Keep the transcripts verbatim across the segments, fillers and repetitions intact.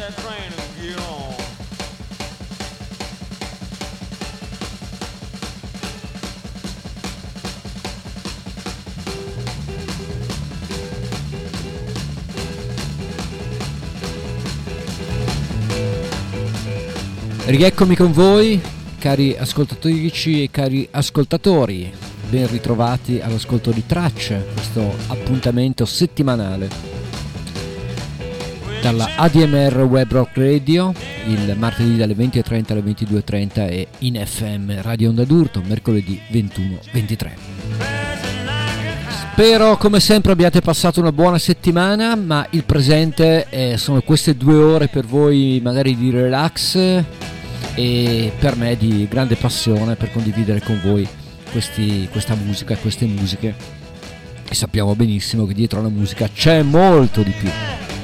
that train and get on. Rieccomi con voi, cari ascoltatrici e cari ascoltatori, ben ritrovati all'ascolto di Tracce, questo appuntamento settimanale dalla A D M R Web Rock Radio, il martedì dalle venti e trenta alle ventidue e trenta e in F M Radio Onda d'Urto, mercoledì ventuno ventitré. Spero come sempre abbiate passato una buona settimana, ma il presente eh, sono queste due ore per voi magari di relax e per me di grande passione per condividere con voi questi, questa musica, queste musiche, e sappiamo benissimo che dietro alla musica c'è molto di più.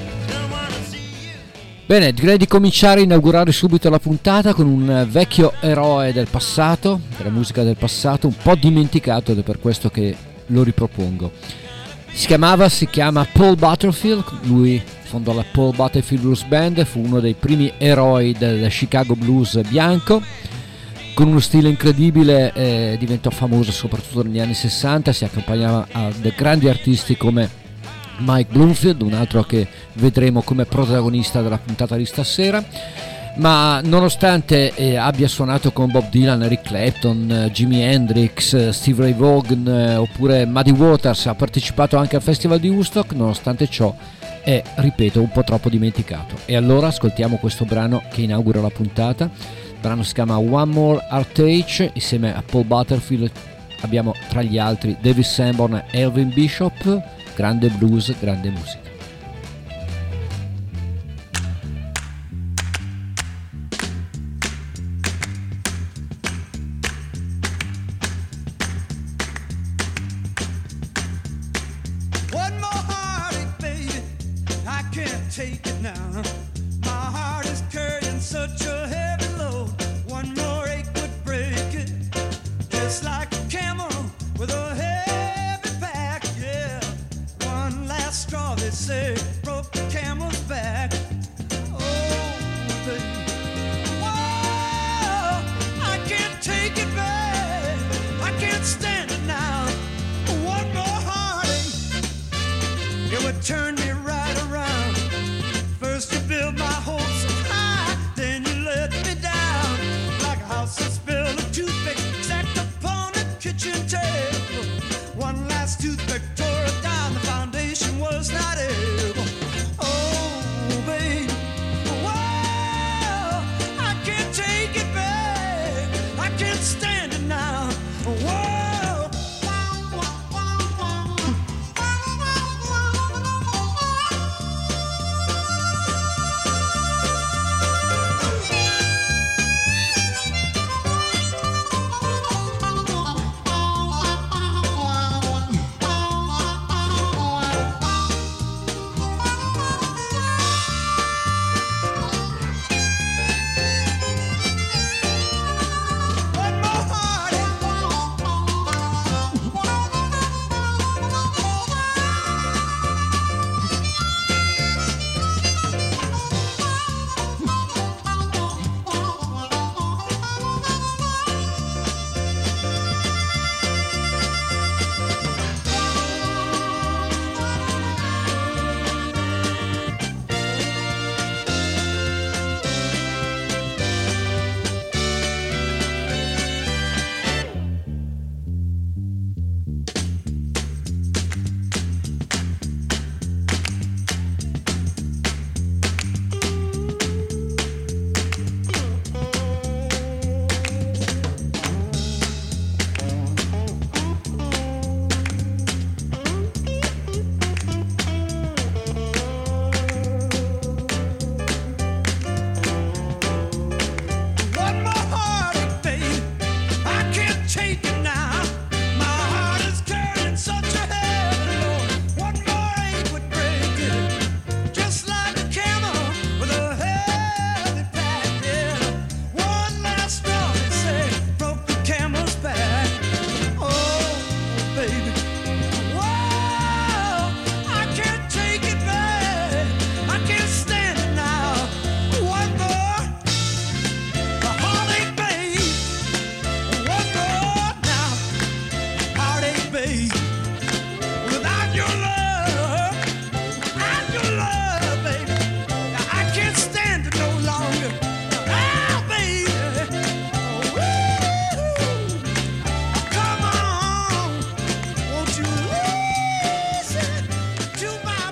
Bene, direi di cominciare a inaugurare subito la puntata con un vecchio eroe del passato, della musica del passato, un po' dimenticato, ed è per questo che lo ripropongo. Si chiamava, si chiama Paul Butterfield, lui fondò la Paul Butterfield Blues Band, fu uno dei primi eroi del Chicago Blues bianco, con uno stile incredibile eh, diventò famoso soprattutto negli anni sessanta, si accompagnava a dei grandi artisti come Mike Bloomfield, un altro che vedremo come protagonista della puntata di stasera, ma nonostante eh, abbia suonato con Bob Dylan, Eric Clapton, eh, Jimi Hendrix, eh, Steve Ray Vaughan eh, oppure Muddy Waters, ha partecipato anche al Festival di Woodstock, nonostante ciò è, ripeto, un po' troppo dimenticato. E allora ascoltiamo questo brano che inaugura la puntata. Il brano si chiama One More Heartache, insieme a Paul Butterfield abbiamo tra gli altri David Sanborn e Elvin Bishop. Grande blues, grande musica. Take it now. My heart is carrying such a heavy load. One more ache would break it, just like a camel with a heavy pack. Yeah, one last straw. This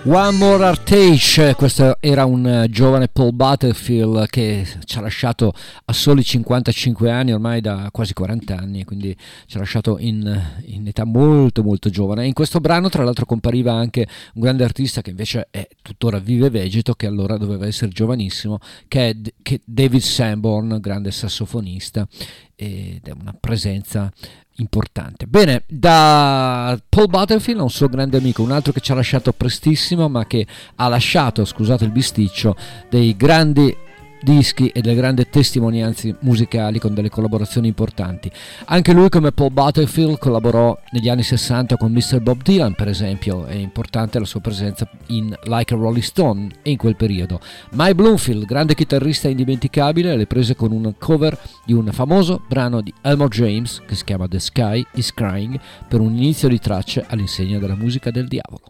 One More Artage, questo era un giovane Paul Butterfield che ci ha lasciato a soli cinquantacinque anni, ormai da quasi quaranta anni, quindi ci ha lasciato in, in età molto molto giovane. E in questo brano tra l'altro compariva anche un grande artista che invece è tuttora vive e vegeto, che allora doveva essere giovanissimo, che è che David Sanborn, grande sassofonista, ed è una presenza importante. Bene, da Paul Butterfield a un suo grande amico, un altro che ci ha lasciato prestissimo, ma che ha lasciato, scusate il bisticcio, dei grandi dischi e delle grandi testimonianze musicali con delle collaborazioni importanti. Anche lui, come Paul Butterfield, collaborò negli anni sessanta con mister Bob Dylan, per esempio. È importante la sua presenza in Like a Rolling Stone e in quel periodo. Mike Bloomfield, grande chitarrista indimenticabile, le prese con un cover di un famoso brano di Elmore James che si chiama The Sky is Crying, per un inizio di tracce all'insegna della musica del diavolo.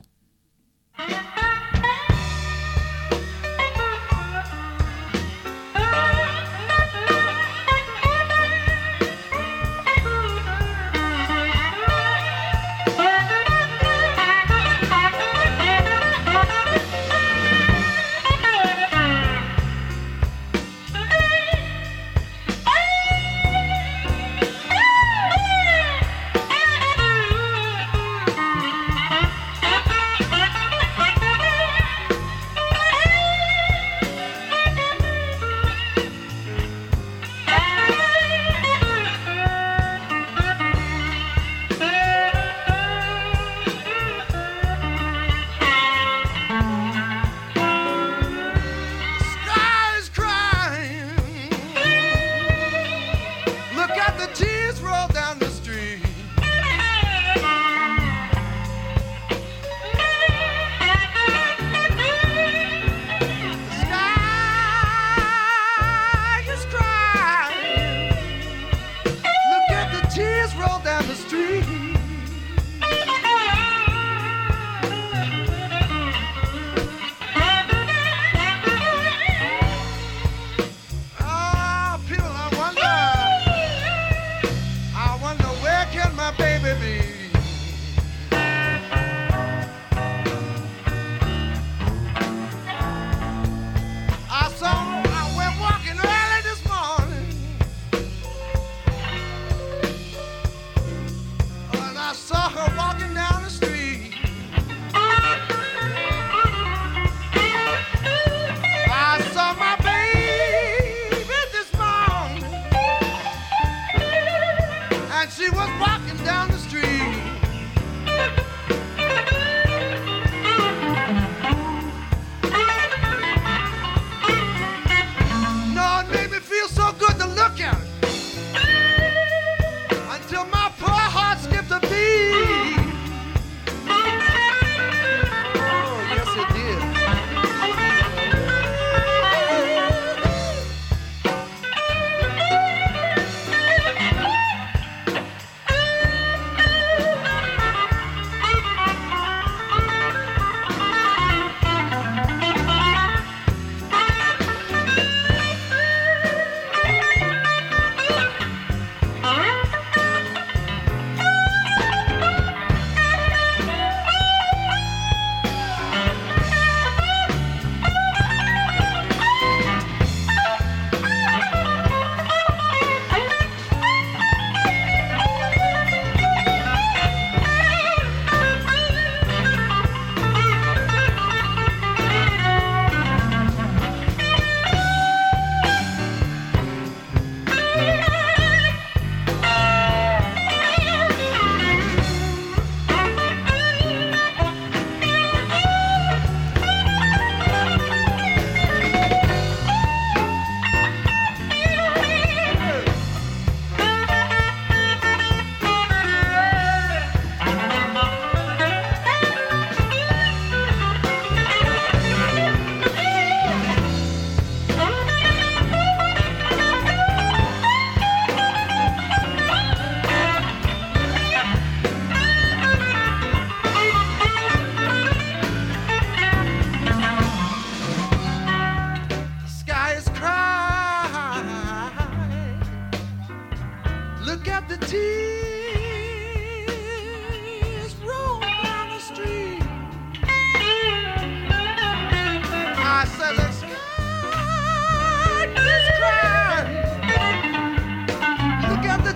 Thank you.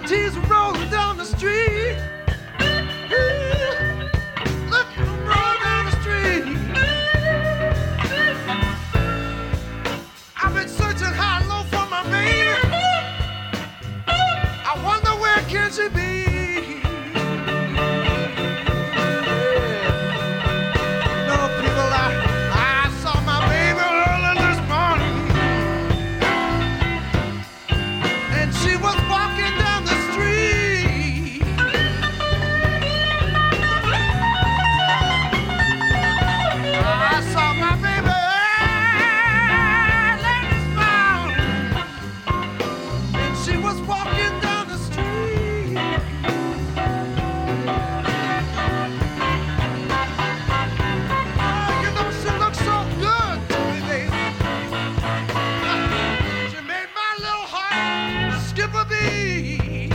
tears were rolling down the street. Look at them roll down the street. I've been searching high and low for my baby. I wonder where can she be? No people, I, I saw my baby early this morning, and she was walking down the street. I saw my baby early this morning, and she was walking down the street. Oh, you know she looks so good to me, baby. She made my little heart skip a beat.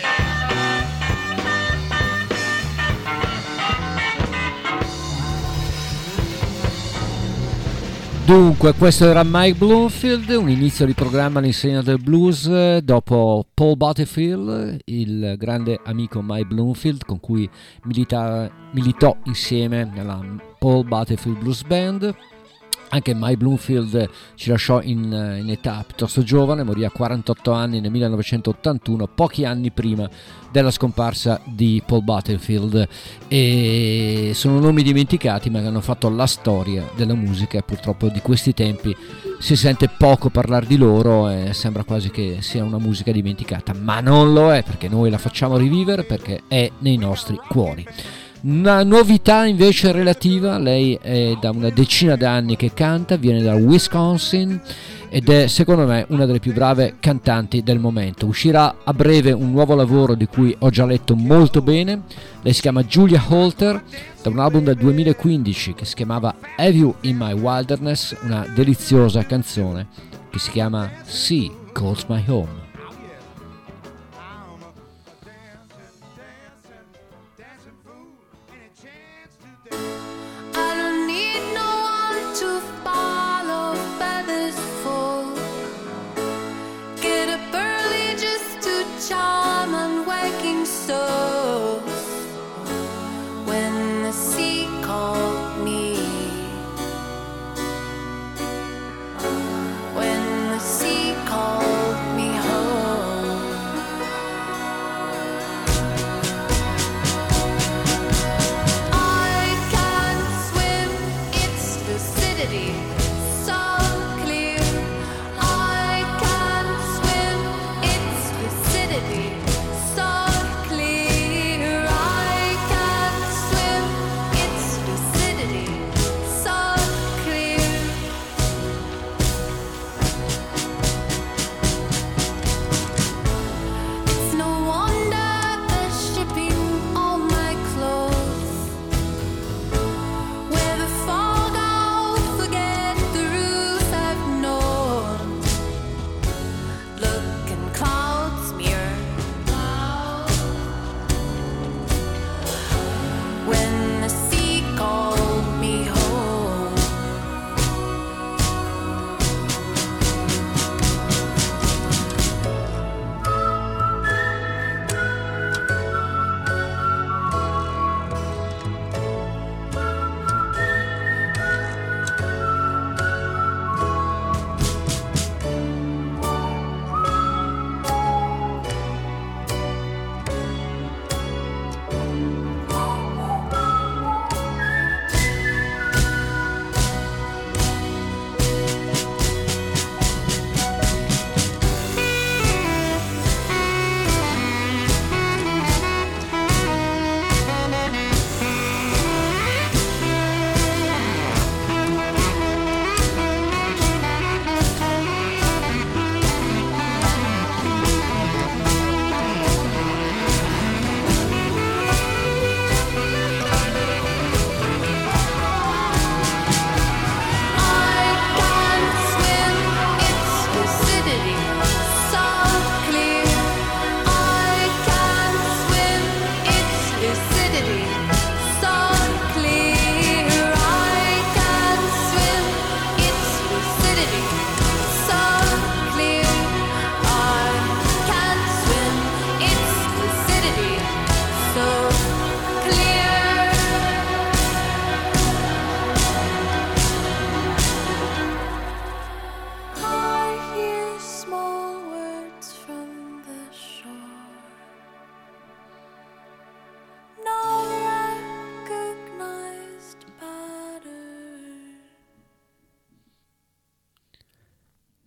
Dunque, questo era Mike Bloomfield, un inizio di programma all'insegna del blues eh, dopo Paul Butterfield, il grande amico Mike Bloomfield con cui milita- militò insieme nella Paul Butterfield Blues Band. Anche Mike Bloomfield ci lasciò in, in età piuttosto giovane, morì a quarantotto anni nel millenovecentottantuno, pochi anni prima della scomparsa di Paul Butterfield, e sono nomi dimenticati ma che hanno fatto la storia della musica, e purtroppo di questi tempi si sente poco parlare di loro e sembra quasi che sia una musica dimenticata, ma non lo è, perché noi la facciamo rivivere, perché è nei nostri cuori. Una novità invece relativa, lei è da una decina d'anni che canta, viene dal Wisconsin ed è secondo me una delle più brave cantanti del momento. Uscirà a breve un nuovo lavoro di cui ho già letto molto bene. Lei si chiama Julia Holter, da un album del duemilaquindici che si chiamava Have You in My Wilderness, una deliziosa canzone che si chiama Sea Calls My Home. I don't need no one to follow feathers for. Get up early just to charm unwaking souls. When the sea called me, when the sea called me home.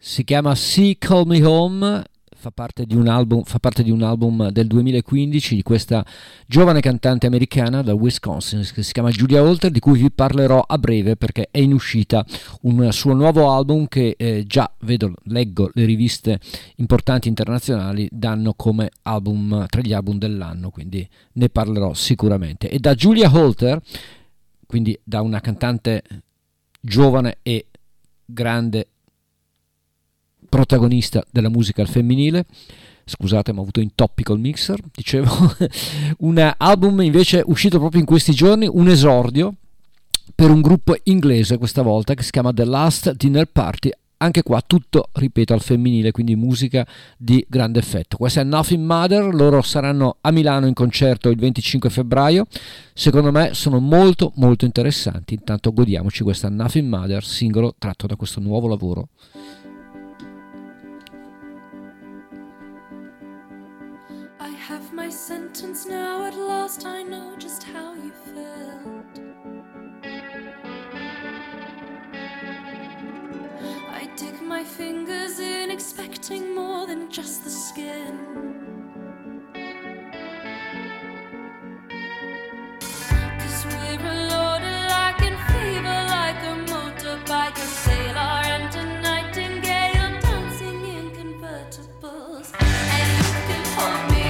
Si chiama See Call Me Home, fa parte di un album, fa parte di un album del duemilaquindici di questa giovane cantante americana dal Wisconsin che si chiama Julia Holter, di cui vi parlerò a breve perché è in uscita un suo nuovo album che eh, già vedo, leggo le riviste importanti internazionali danno come album tra gli album dell'anno, quindi ne parlerò sicuramente. E da Julia Holter, quindi da una cantante giovane e grande protagonista della musica al femminile, scusate ma ho avuto intoppi col mixer, dicevo, un album invece uscito proprio in questi giorni, un esordio per un gruppo inglese questa volta che si chiama The Last Dinner Party, anche qua tutto, ripeto, al femminile, quindi musica di grande effetto. Questa è Nothing Matter, loro saranno a Milano in concerto il venticinque febbraio, secondo me sono molto molto interessanti, intanto godiamoci questa Nothing Matter, singolo tratto da questo nuovo lavoro. My sentence now, at last I know just how you felt. I dig my fingers in, expecting more than just the skin. 'Cause we're a loaded like in fever, like a motorbike, a sailor and a nightingale, dancing in convertibles. And you can hold me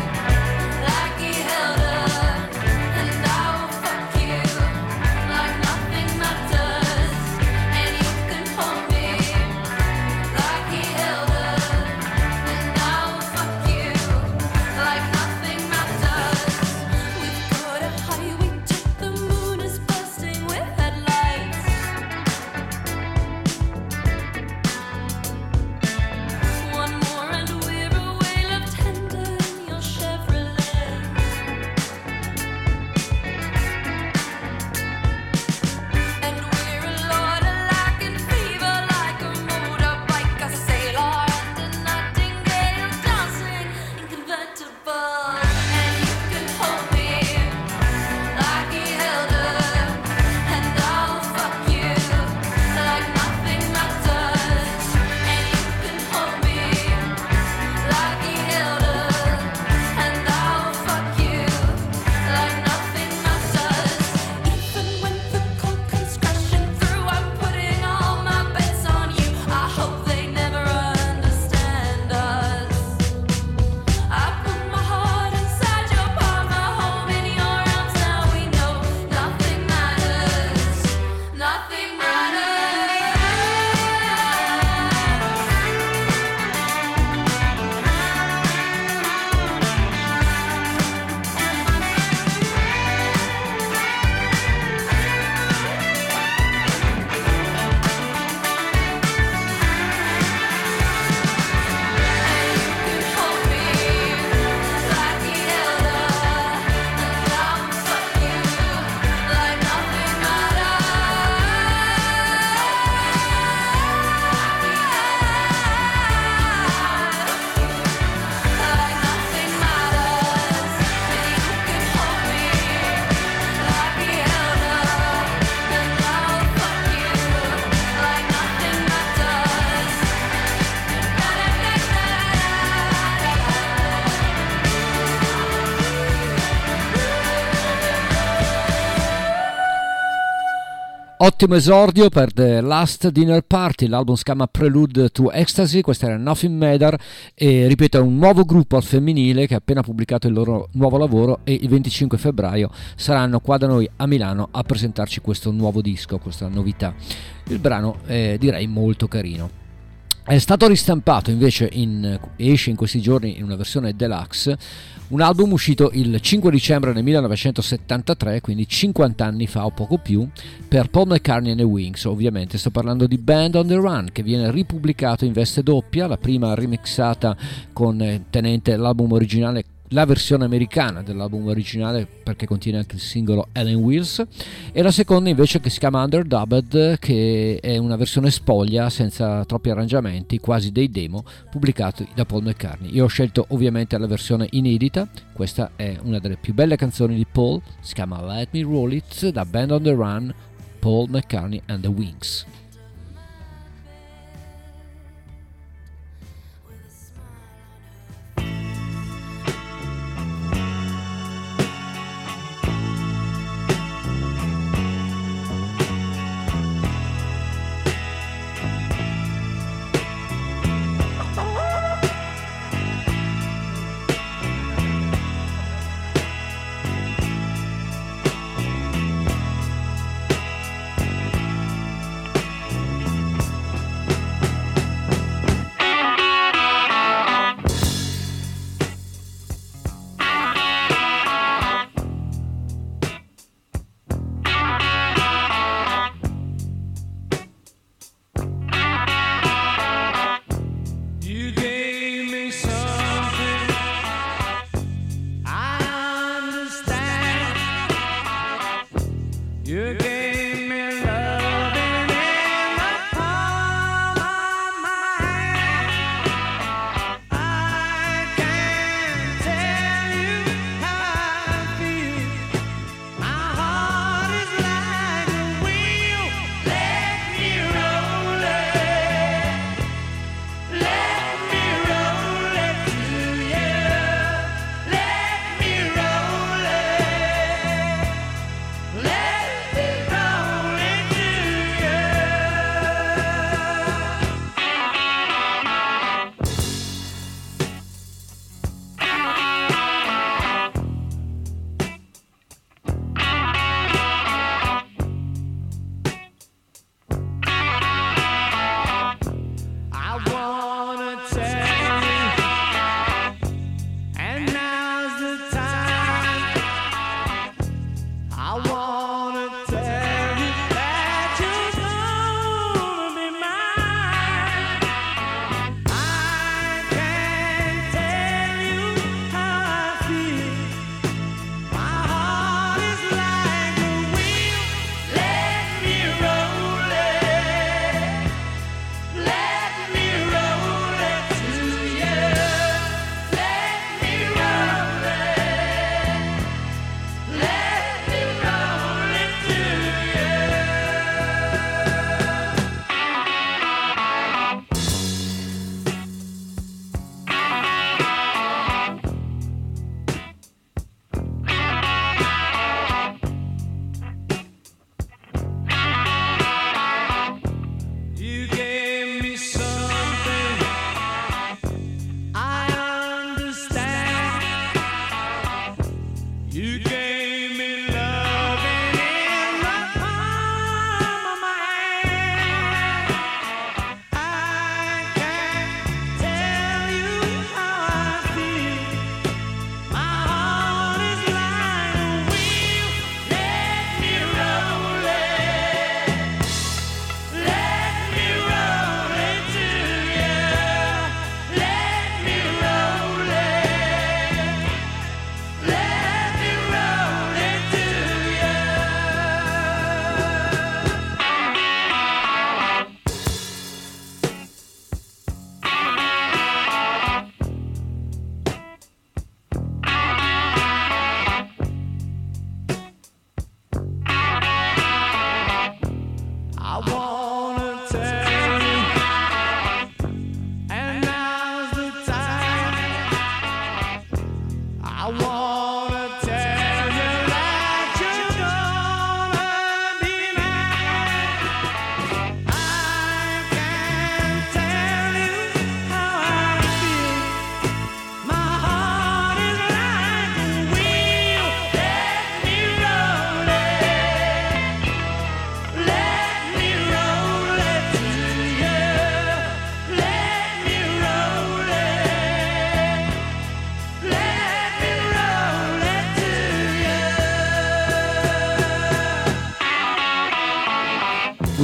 Ottimo esordio per The Last Dinner Party, l'album si chiama Prelude to Ecstasy, questa era Nothing Matter e ripeto è un nuovo gruppo al femminile che ha appena pubblicato il loro nuovo lavoro e il venticinque febbraio saranno qua da noi a Milano a presentarci questo nuovo disco, questa novità. Il brano è direi molto carino. È stato ristampato invece, in, esce in questi giorni in una versione deluxe, un album uscito il cinque dicembre del millenovecentosettantatré, quindi cinquanta anni fa o poco più, per Paul McCartney and the Wings. Ovviamente sto parlando di Band on the Run, che viene ripubblicato in veste doppia, la prima remixata con tenente l'album originale, la versione americana dell'album originale perché contiene anche il singolo Helen Wheels, e la seconda invece che si chiama Underdubbed, che è una versione spoglia senza troppi arrangiamenti, quasi dei demo pubblicati da Paul McCartney. Io ho scelto ovviamente la versione inedita, questa è una delle più belle canzoni di Paul, si chiama Let Me Roll It, da Band on the Run, Paul McCartney and the Wings.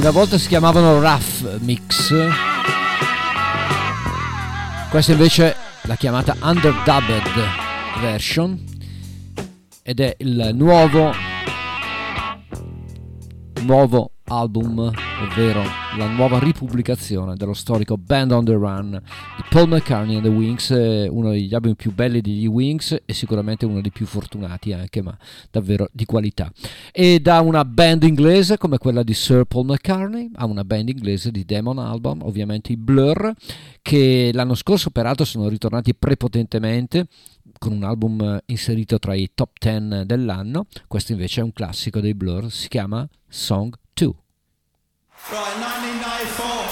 Una volta si chiamavano Rough Mix, questa invece la chiamata Underdubbed Version, ed è il nuovo nuovo album, ovvero la nuova ripubblicazione dello storico Band on the Run di Paul McCartney and the Wings, uno degli album più belli degli Wings e sicuramente uno dei più fortunati anche, ma davvero di qualità. E da una band inglese come quella di Sir Paul McCartney a una band inglese di Damon Albarn, ovviamente i Blur, che l'anno scorso peraltro sono ritornati prepotentemente con un album inserito tra i top dieci dell'anno. Questo invece è un classico dei Blur, si chiama Song due. Right, nineteen ninety-four.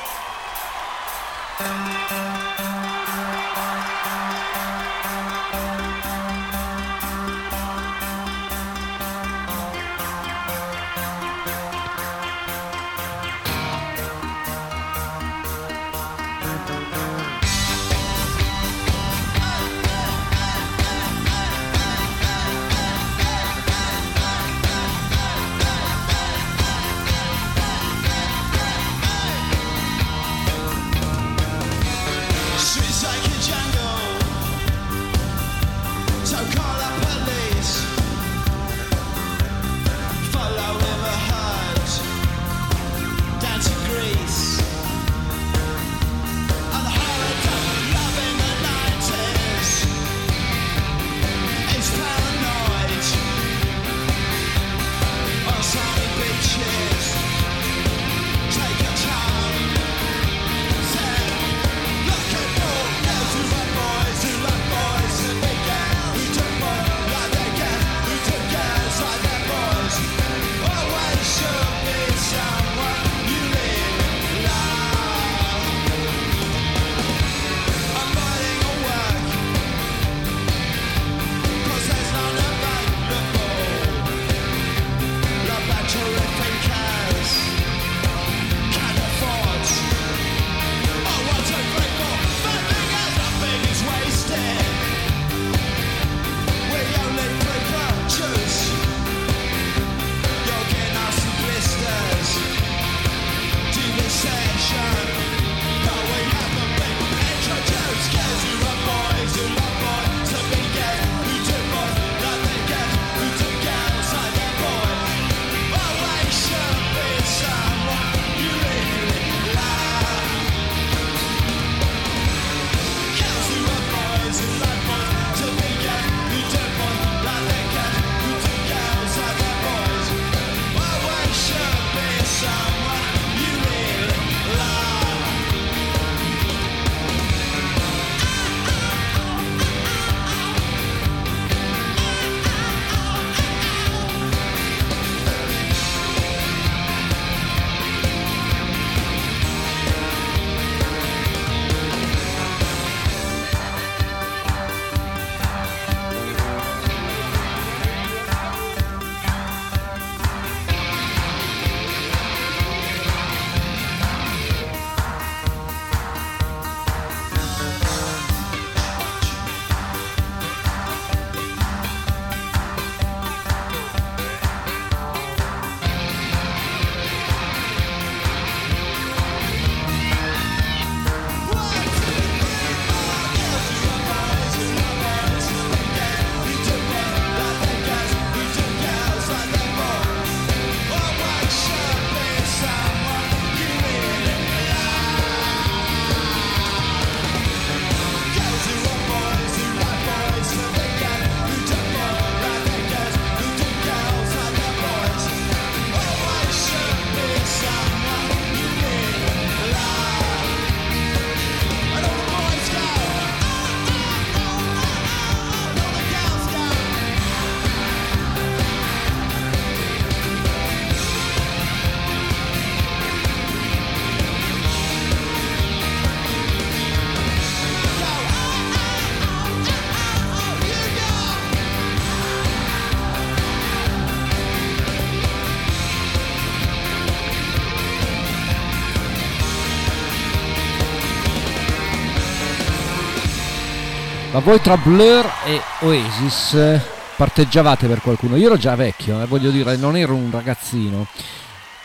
Ma voi tra Blur e Oasis parteggiavate per qualcuno? Io ero già vecchio, eh, voglio dire, non ero un ragazzino.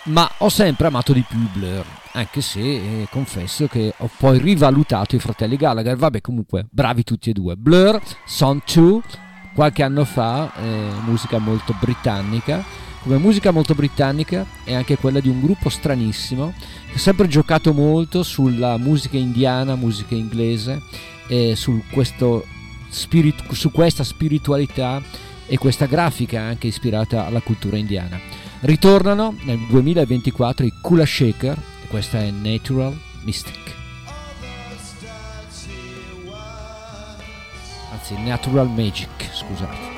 ma ho sempre amato di più i Blur, anche se eh, confesso che ho poi rivalutato i fratelli Gallagher. Vabbè, comunque bravi tutti e due. Blur, Song due, qualche anno fa, eh, musica molto britannica. Come musica molto britannica è anche quella di un gruppo stranissimo che ha sempre giocato molto sulla musica indiana, musica inglese, e su questo spirit, su questa spiritualità e questa grafica anche ispirata alla cultura indiana. Ritornano nel duemilaventiquattro i Kula Shaker e questa è Natural Mystic, anzi Natural Magic, scusate.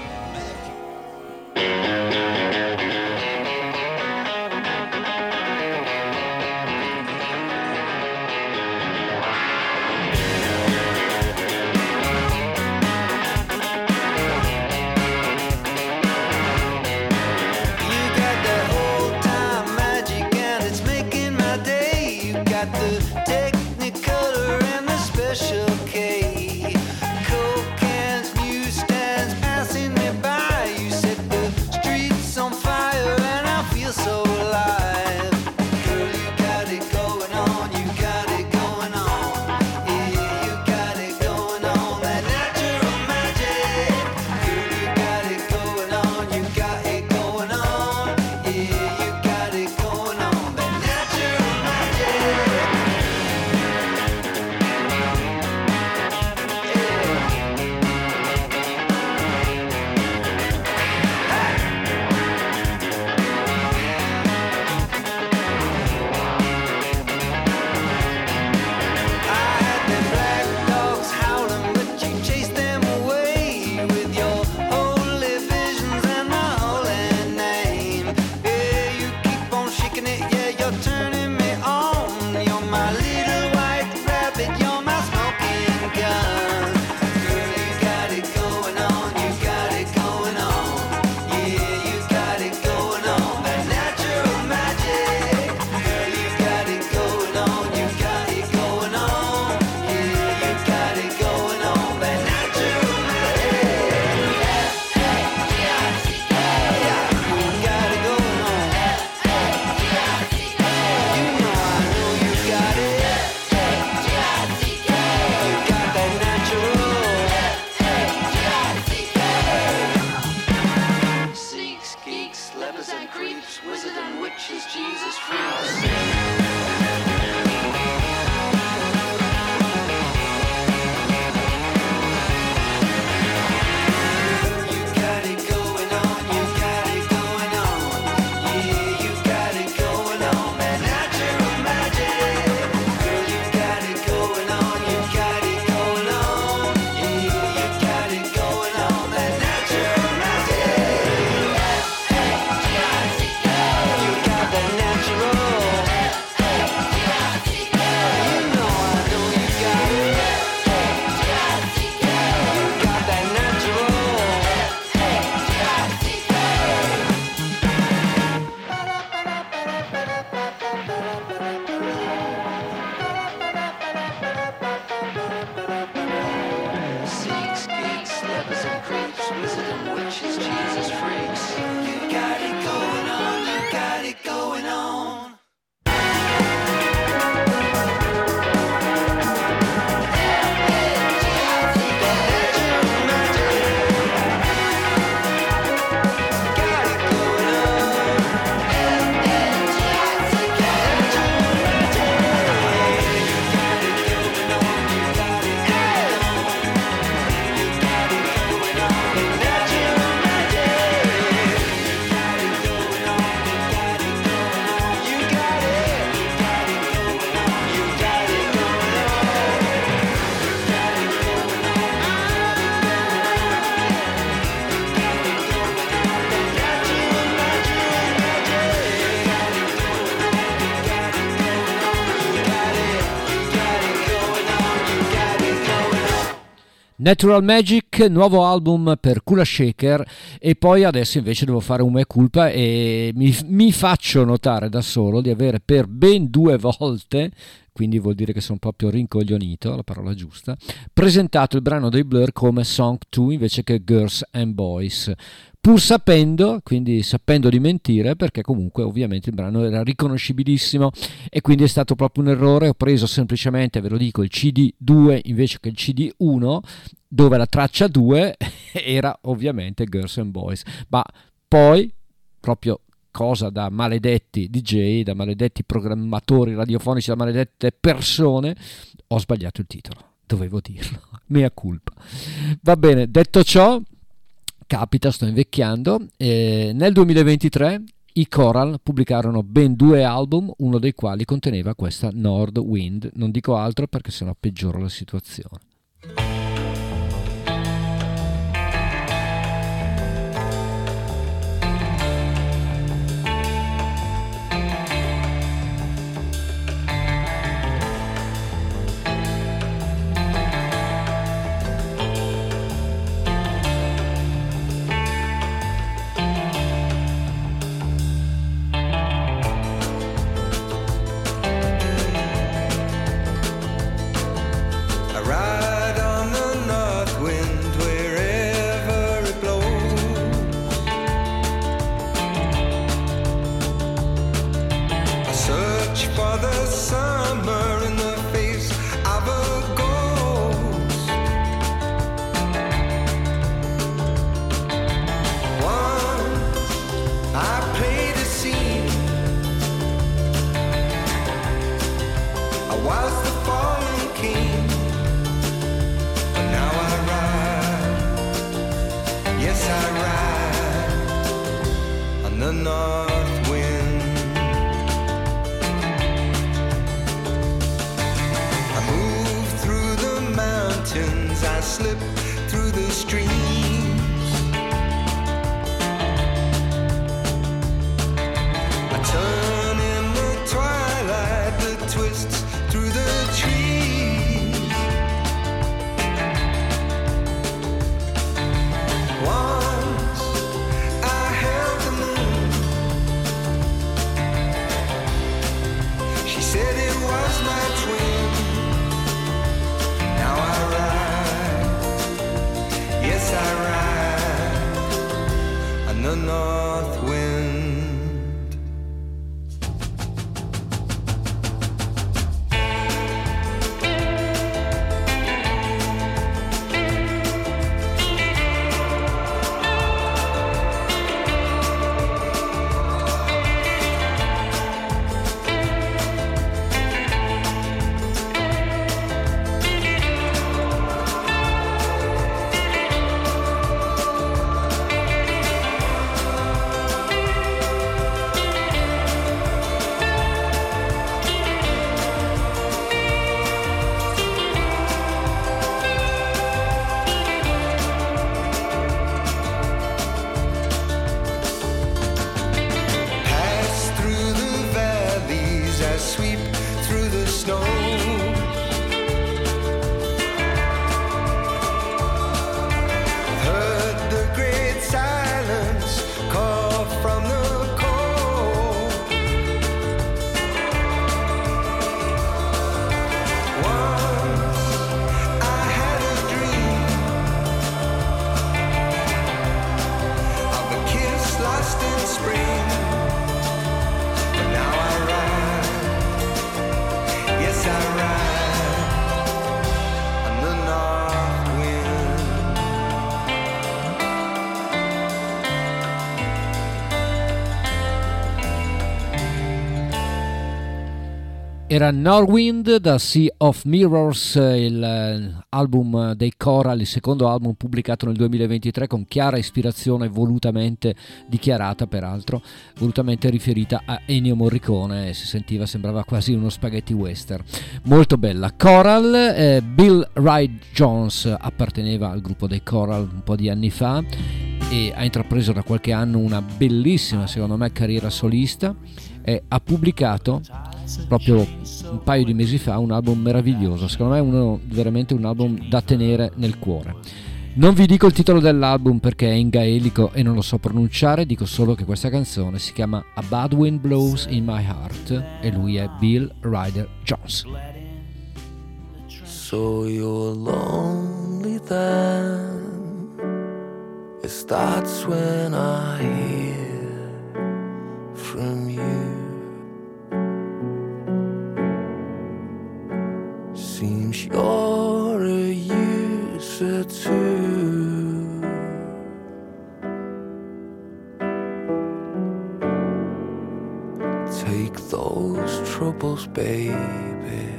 Natural Magic, nuovo album per Kula Shaker, e poi adesso invece devo fare un mea culpa e mi, mi faccio notare da solo di avere per ben due volte, quindi vuol dire che sono proprio rincoglionito, la parola giusta, presentato il brano dei Blur come Song due invece che Girls and Boys. pur sapendo, quindi sapendo di mentire, perché comunque ovviamente il brano era riconoscibilissimo e quindi è stato proprio un errore. Ho preso semplicemente, ve lo dico, il C D due invece che il C D uno, dove la traccia due era ovviamente Girls and Boys, ma poi proprio cosa da maledetti D J, da maledetti programmatori radiofonici, da maledette persone, ho sbagliato il titolo, dovevo dirlo, mea culpa. Va bene, detto ciò, capita, sto invecchiando, e nel duemilaventitré i Coral pubblicarono ben due album, uno dei quali conteneva questa North Wind. Non dico altro perché sennò peggioro la situazione. Era Northwind da Sea of Mirrors, il album dei Coral, il secondo album pubblicato nel duemilaventitré con chiara ispirazione volutamente dichiarata, peraltro volutamente riferita a Ennio Morricone, si sentiva, sembrava quasi uno spaghetti western, molto bella. Coral, eh, Bill Wright Jones apparteneva al gruppo dei Coral un po' di anni fa e ha intrapreso da qualche anno una bellissima, secondo me, carriera solista e ha pubblicato proprio un paio di mesi fa un album meraviglioso, secondo me è uno, veramente un album da tenere nel cuore. Non vi dico il titolo dell'album perché è in gaelico e non lo so pronunciare, dico solo che questa canzone si chiama A Bad Wind Blows in My Heart e lui è Bill Ryder Jones. So you're lonely then, is That's when I hear from you. Seems you're a user too. Take those troubles, baby.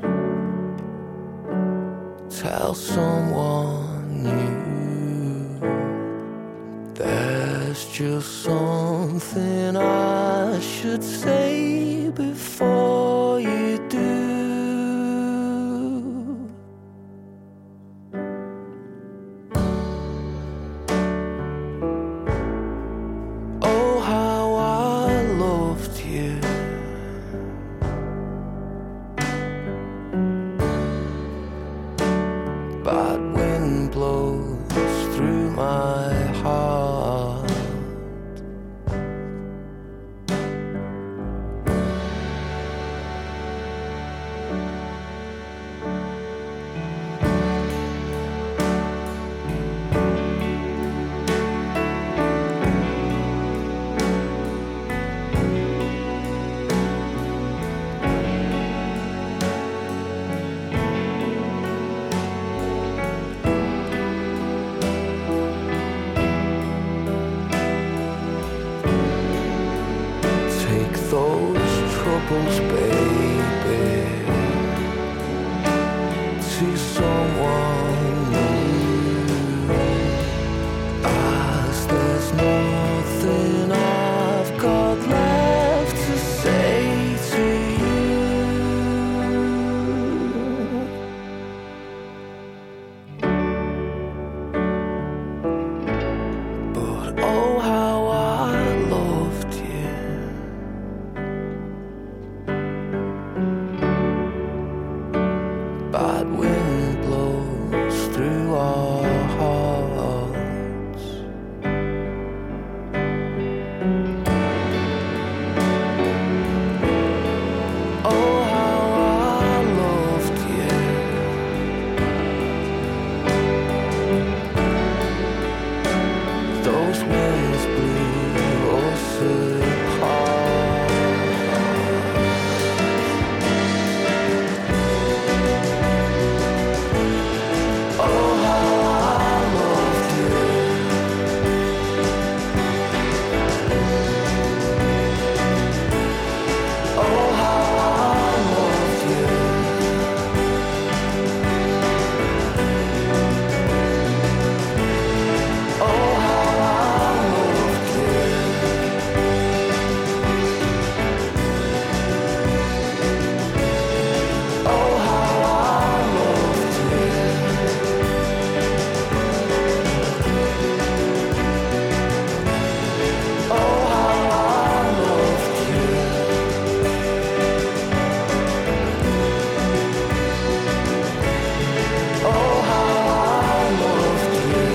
Tell someone new. There's just something I should say before you do. Oh, how I loved you. Bad wind blows through my heart. Those troubles, baby, to someone new. As there's nothing I've got left to say to you. But oh, how I loved you. Bad wind blows through our hearts. Oh, how I loved you. Those winds blew us apart. Oh, how I loved you. Oh, how I loved you. Oh, how I loved you. Oh, how I loved you. Oh, how I loved you. Oh, how I loved you.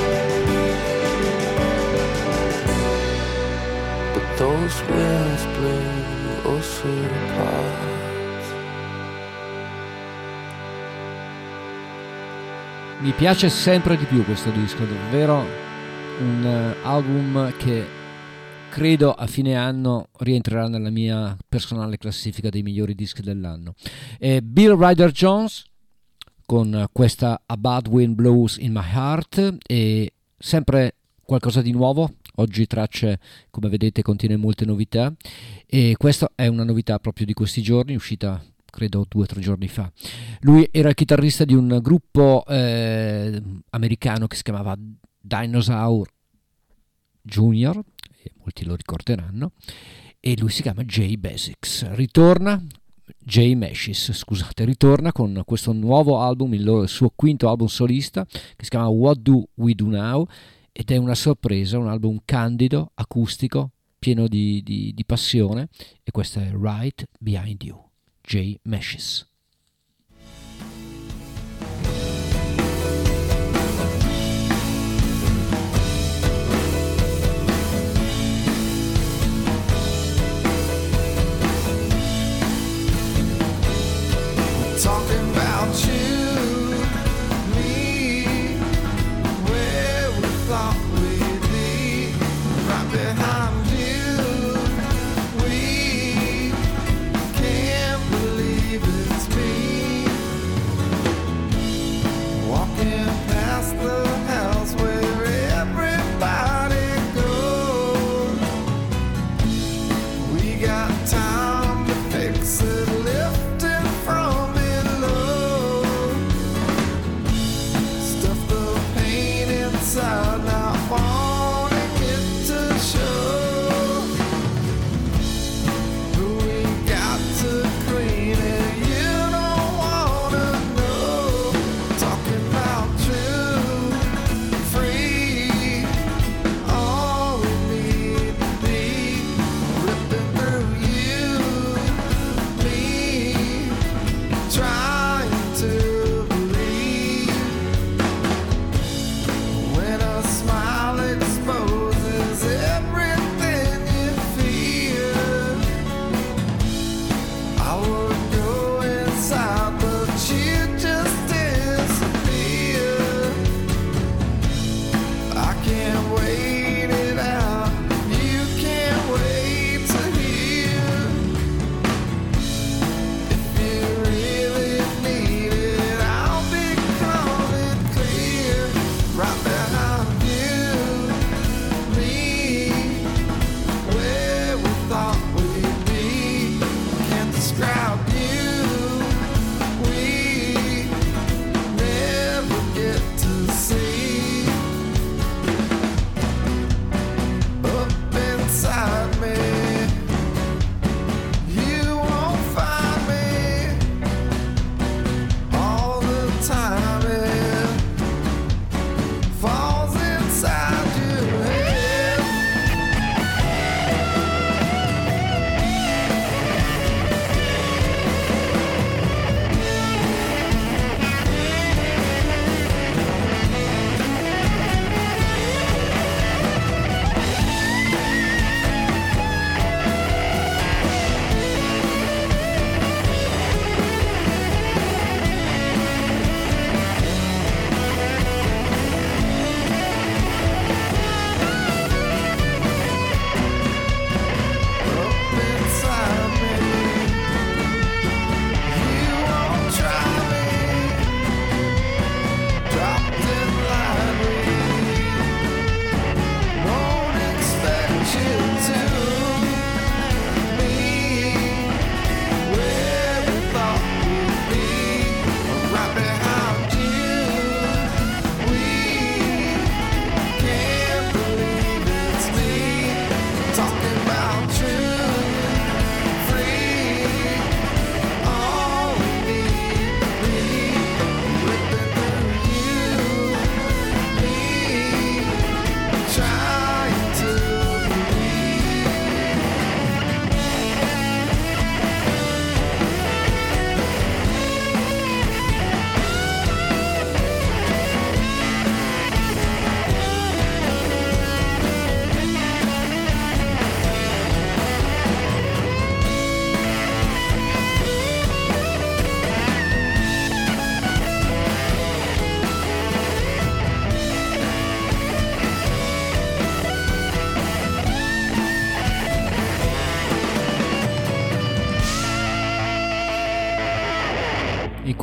But those winds blew us apart. Mi piace sempre di più questo disco, davvero un eh, album che credo a fine anno rientrerà nella mia personale classifica dei migliori dischi dell'anno. E Bill Ryder Jones con questa A Bad Wind Blows in My Heart, e sempre qualcosa di nuovo. Oggi tracce, come vedete, contiene molte novità, e questa è una novità proprio di questi giorni, uscita credo due o tre giorni fa. Lui era il chitarrista di un gruppo eh, americano che si chiamava Dinosaur Junior, e molti lo ricorderanno, e lui si chiama Jay Basics. Ritorna Jay Meshes, scusate, ritorna con questo nuovo album, il, loro, il suo quinto album solista, che si chiama What Do We Do Now, ed è una sorpresa, un album candido, acustico, pieno di, di, di passione, e questo è Right Behind You, Jay Meshes. Talking about you, me, where we thought we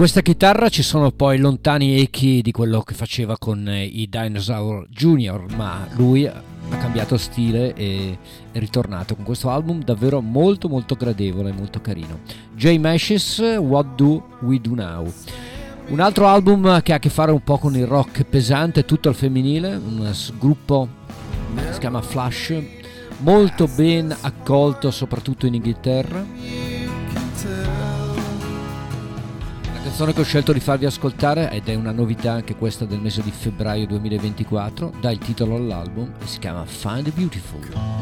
questa chitarra ci sono poi lontani echi di quello che faceva con i Dinosaur Junior, ma lui ha cambiato stile e è ritornato con questo album davvero molto molto gradevole, molto carino. J Mashes, What Do We Do Now? Un altro album che ha a che fare un po' con il rock pesante, tutto al femminile, un gruppo che si chiama Flash, molto ben accolto soprattutto in Inghilterra. La canzone che ho scelto di farvi ascoltare, ed è una novità anche questa del mese di febbraio duemilaventiquattro, dà il titolo all'album e si chiama Find the Beautiful.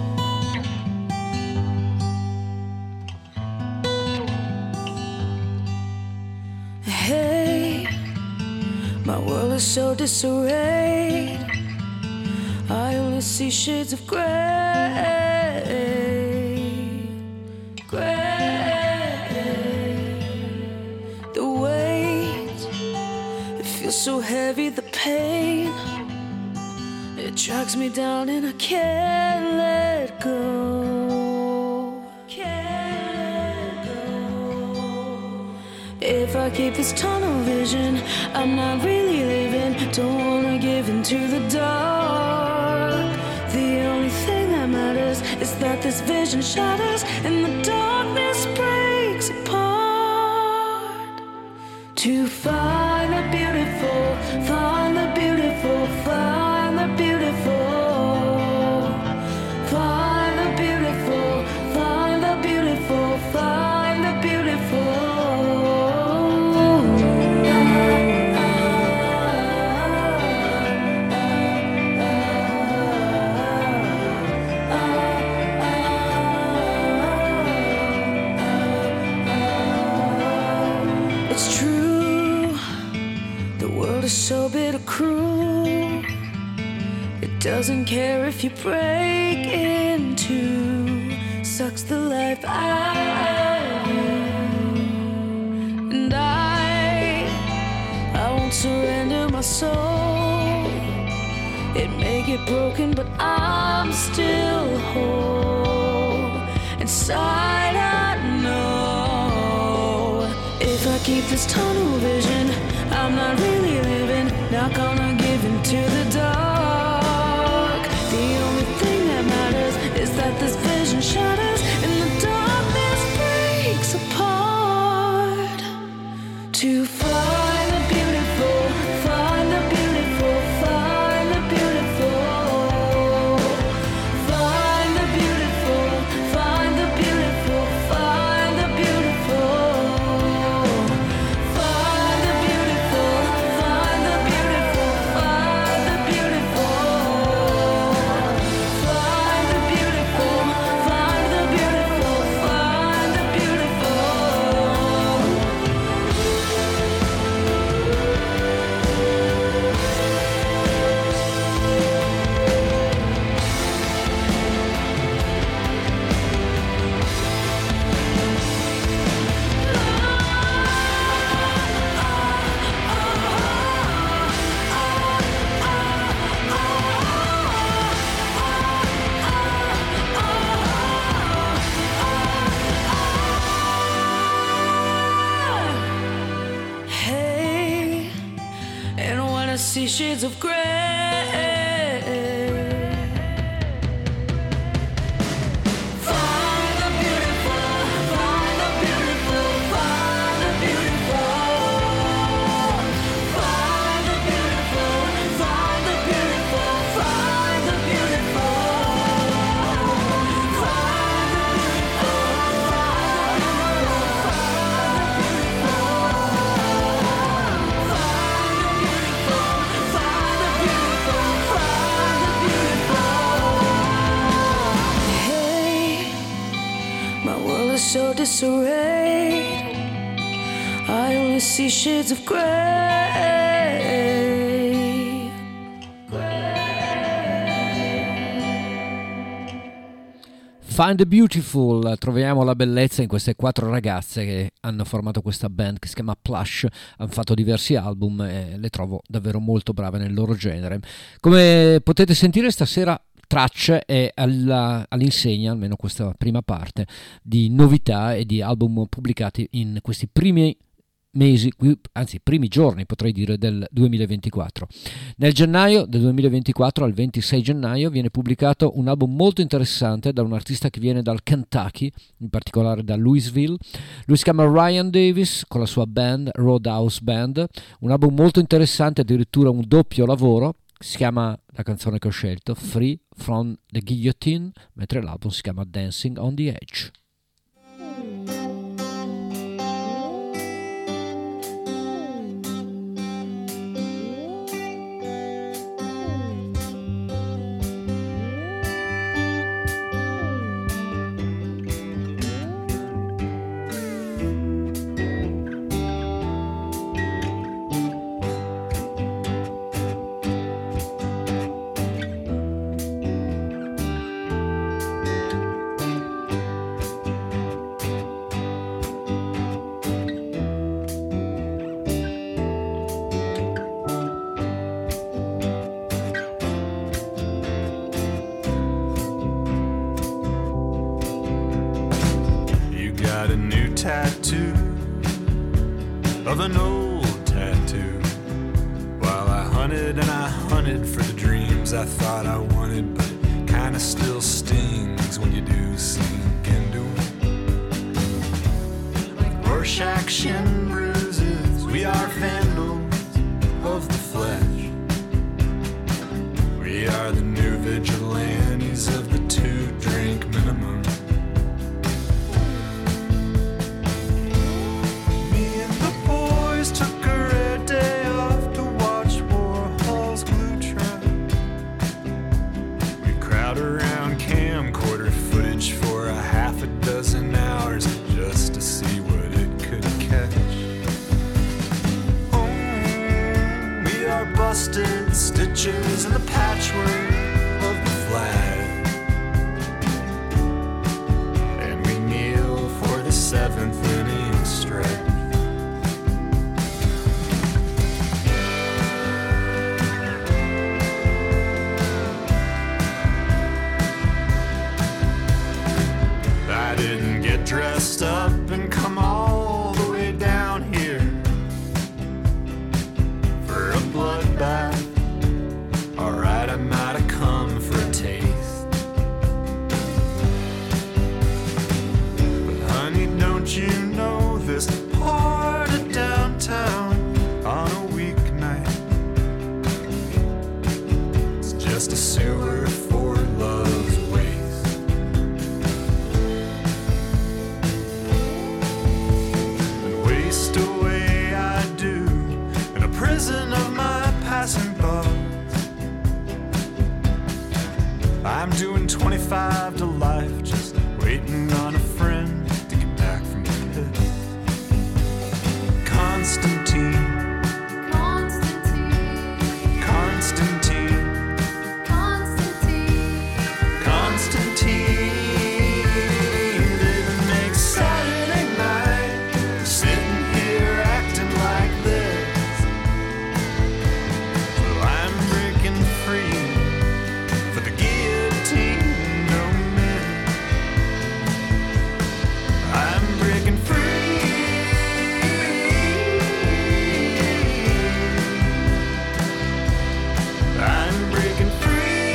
Hey, my world is so disarrayed. I only see shades of gray, gray. The weight, it feels so heavy, the pain, it drags me down and I can't let go, can't let go. If I keep this tunnel vision, I'm not really living. Don't wanna give into the dark. The only thing that matters is that this vision shatters and the darkness breaks apart. To find the beautiful, find the beautiful, find the beautiful, find the beautiful, find the beautiful, find the beautiful. It's true, the world is so bitter cruel. It doesn't care if you break in two, sucks the life out of you. And I, I won't surrender my soul. It may get broken, but I'm still whole. Inside I know, if I keep this tunnel vision, I'm not really living. Not gonna give in to the dark. The only thing that matters is that this vision shatters and the darkness breaks apart. To find the beautiful, find the beautiful, find the beautiful, find the beautiful, find the beautiful, find the beautiful, find the beautiful, find the beautiful, find the beautiful, find the beautiful, find the beautiful, find the beautiful. Hey, and when I see shades of gray, find the beautiful, find the beautiful, find the beautiful, find the beautiful, find the beautiful, find the beautiful, find the Hey, my world is so disarrayed. I only see shades of gray. Find the Beautiful, troviamo la bellezza in queste quattro ragazze che hanno formato questa band che si chiama Plush, hanno fatto diversi album e le trovo davvero molto brave nel loro genere. Come potete sentire stasera tracce è alla, all'insegna, almeno questa prima parte, di novità e di album pubblicati in questi primi mesi, anzi i primi giorni potrei dire del duemilaventiquattro. Nel gennaio del duemilaventiquattro al ventisei gennaio viene pubblicato un album molto interessante da un artista che viene dal Kentucky, in particolare da Louisville. Lui si chiama Ryan Davis con la sua band Roadhouse Band, un album molto interessante, addirittura un doppio lavoro. Si chiama, la canzone che ho scelto, Free from the Guillotine, mentre l'album si chiama Dancing on the Edge. Tattoo of an old tattoo. While I hunted and I hunted for the dreams I thought I wanted, but kinda still stings when you do sink into them. Like Rorschach shin bruises, we are vandals of the flesh. We are the new vigilantes of the two-drink minimum. Took a red day off to watch Warhol's glue trap. We crowd around camcorder footage for a half a dozen hours just to see what it could catch. Oh, we are busted stitches in the patchwork of the flag, and we kneel for the seventh inning stretch. Dressed up and come all the way down here for a bloodbath. Alright, I might have come for a taste, but honey, don't you know this part of downtown on a weeknight? It's just a sewer for love's waste. Away I do in a prison of my passing thoughts. I'm doing twenty-five to life, just waiting on a friend to get back from the pit. Constantine, Constantine, Constantine, Constantine, Constantine. Didn't make Saturday night sitting here acting like this. Well, I'm breaking free for the guillotine, no man. I'm breaking free. I'm breaking free.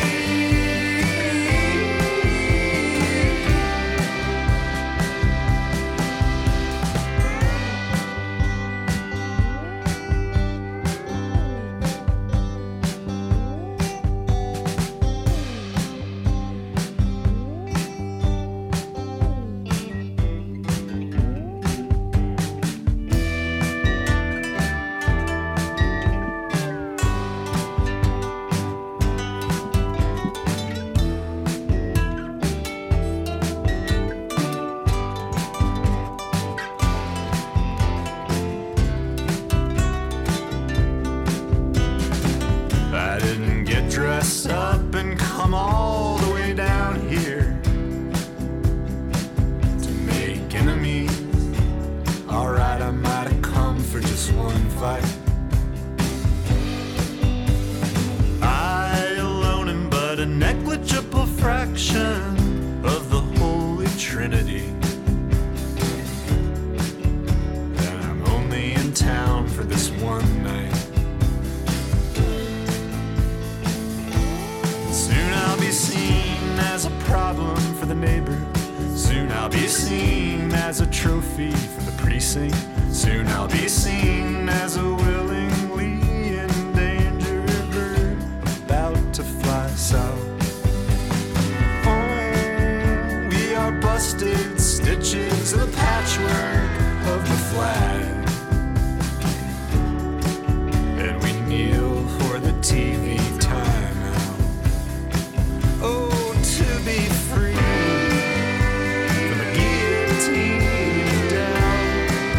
I didn't get dressed up and come all the way down here to make enemies. Alright, I might have come for just one fight. I alone am but a negligible fraction of the Holy Trinity, and I'm only in seen as a trophy for the precinct. Soon I'll be seen as a willingly endangered bird about to fly south. Oh, we are busted stitches of the patchwork of the flag, and we kneel for the T V timeout. Oh, to be free from the guillotine down,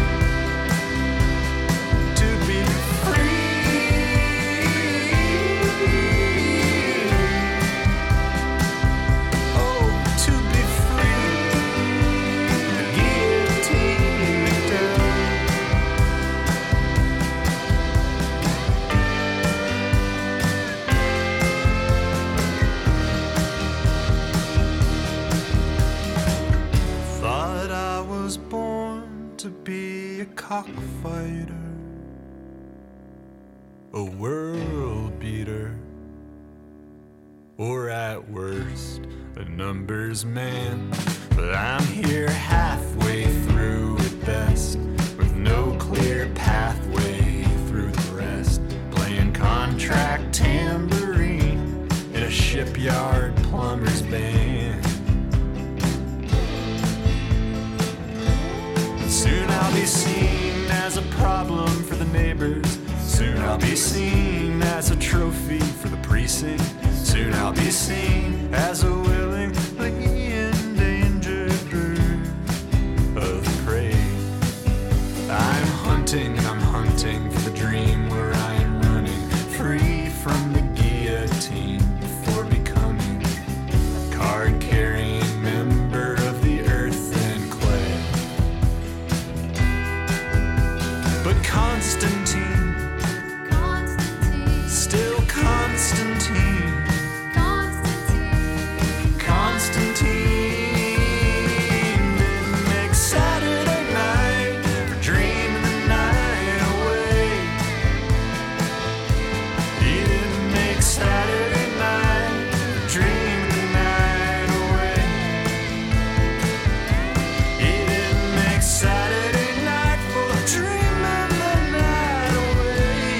to be free. Oh, to be free from the guillotine down. Thought I was born to be a cockfighter, a world beater, or at worst, a numbers man. But I'm here halfway through at best, with no clear pathway through the rest, playing contract tambourine in a shipyard plumber's band. Soon I'll be seen as a problem for the neighbors. Soon I'll be seen as a trophy for the precinct. Soon I'll be seen as a willingly endangered bird of prey. I'm hunting and I'm hunting for the dream where I am running free from the guillotine before becoming a card-carrying member of the earth and clay. But Constantine, Constantine, still Constantine, Constantine, Constantine didn't make Saturday night for dreaming the night away. He didn't make Saturday night for dreaming the night away. He didn't make Saturday night for dreaming the night away.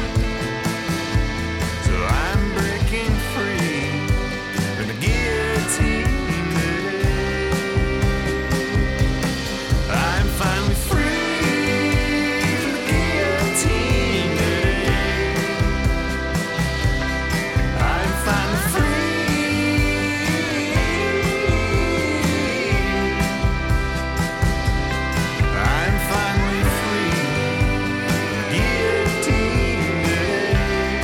So I'm breaking free from the guillotine today. I'm finally free from the guillotine today. I'm finally free. I'm finally free from the guillotine today.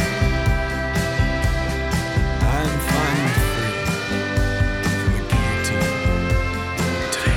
I'm finally free from the guillotine today.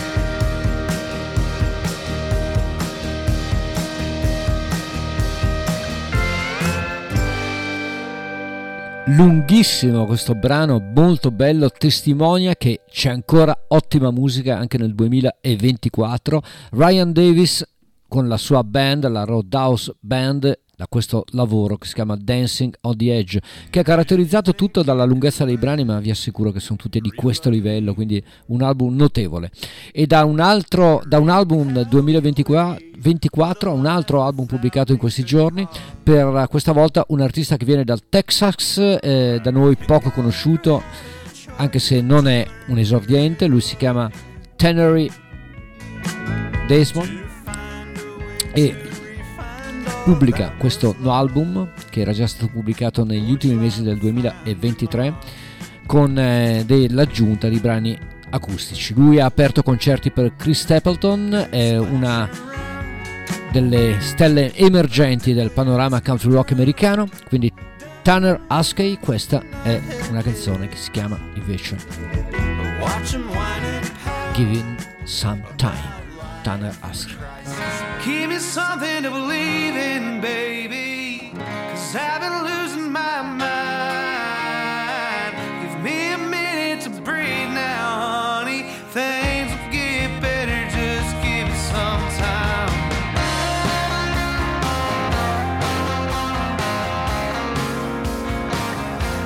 Lunghissimo questo brano, molto bello, testimonia che c'è ancora ottima musica anche nel duemilaventiquattro. Ryan Davis con la sua band, la Roadhouse Band, da questo lavoro che si chiama Dancing on the Edge, che è caratterizzato tutto dalla lunghezza dei brani, ma vi assicuro che sono tutti di questo livello, quindi un album notevole. E da un altro, da un album duemilaventiquattro a un altro album pubblicato in questi giorni, per questa volta un artista che viene dal Texas, eh, da noi poco conosciuto, anche se non è un esordiente. Lui si chiama Tannery Desmond e pubblica questo nuovo album che era già stato pubblicato negli ultimi mesi del duemilaventitré con eh, dell'aggiunta di brani acustici. Lui ha aperto concerti per Chris Stapleton, è una delle stelle emergenti del panorama country rock americano, quindi Tanner Askey. Questa è una canzone che si chiama invece Giving Some Time. Tanner Askey. Give me something to believe in, baby, 'cause I've been losing my mind. Give me a minute to breathe now, honey. Things will get better, just give me some time.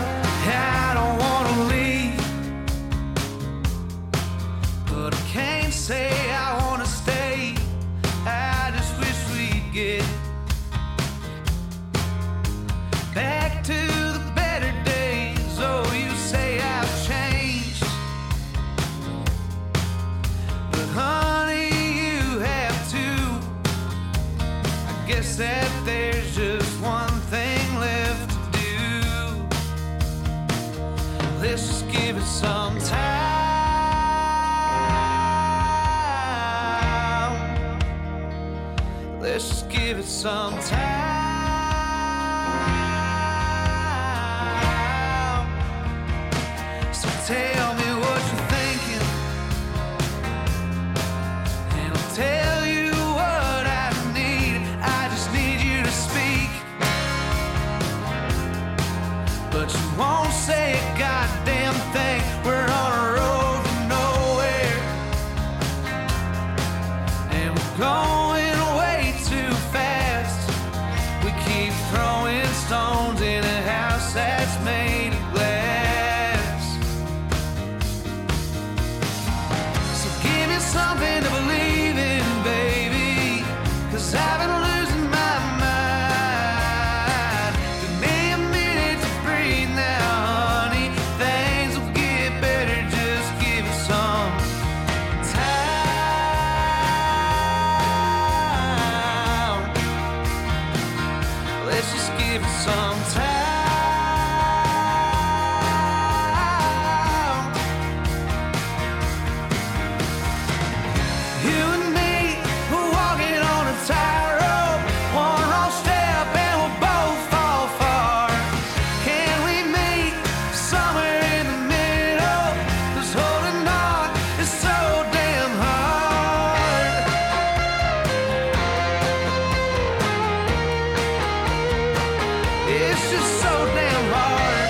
I don't wanna leave, but I can't said there's just one thing left to do. Let's just give it some time. Let's just give it some time. So tell me what you're thinking, and I'll tell you what I need. I just need you to speak, but you won't say a goddamn thing. We're on a road to nowhere, and we're going way too fast. We keep throwing stones in a house that's made of glass. So give me something to believe in, baby, 'cause I've been losing my mind. Give me a minute to breathe now, honey. Things will get better, just give it some time. Let's just give it some time. You and me, we're walking on a tightrope. One wrong step and we'll both fall far. Can we meet somewhere in the middle? 'Cause holding on is so damn hard. It's just so damn hard.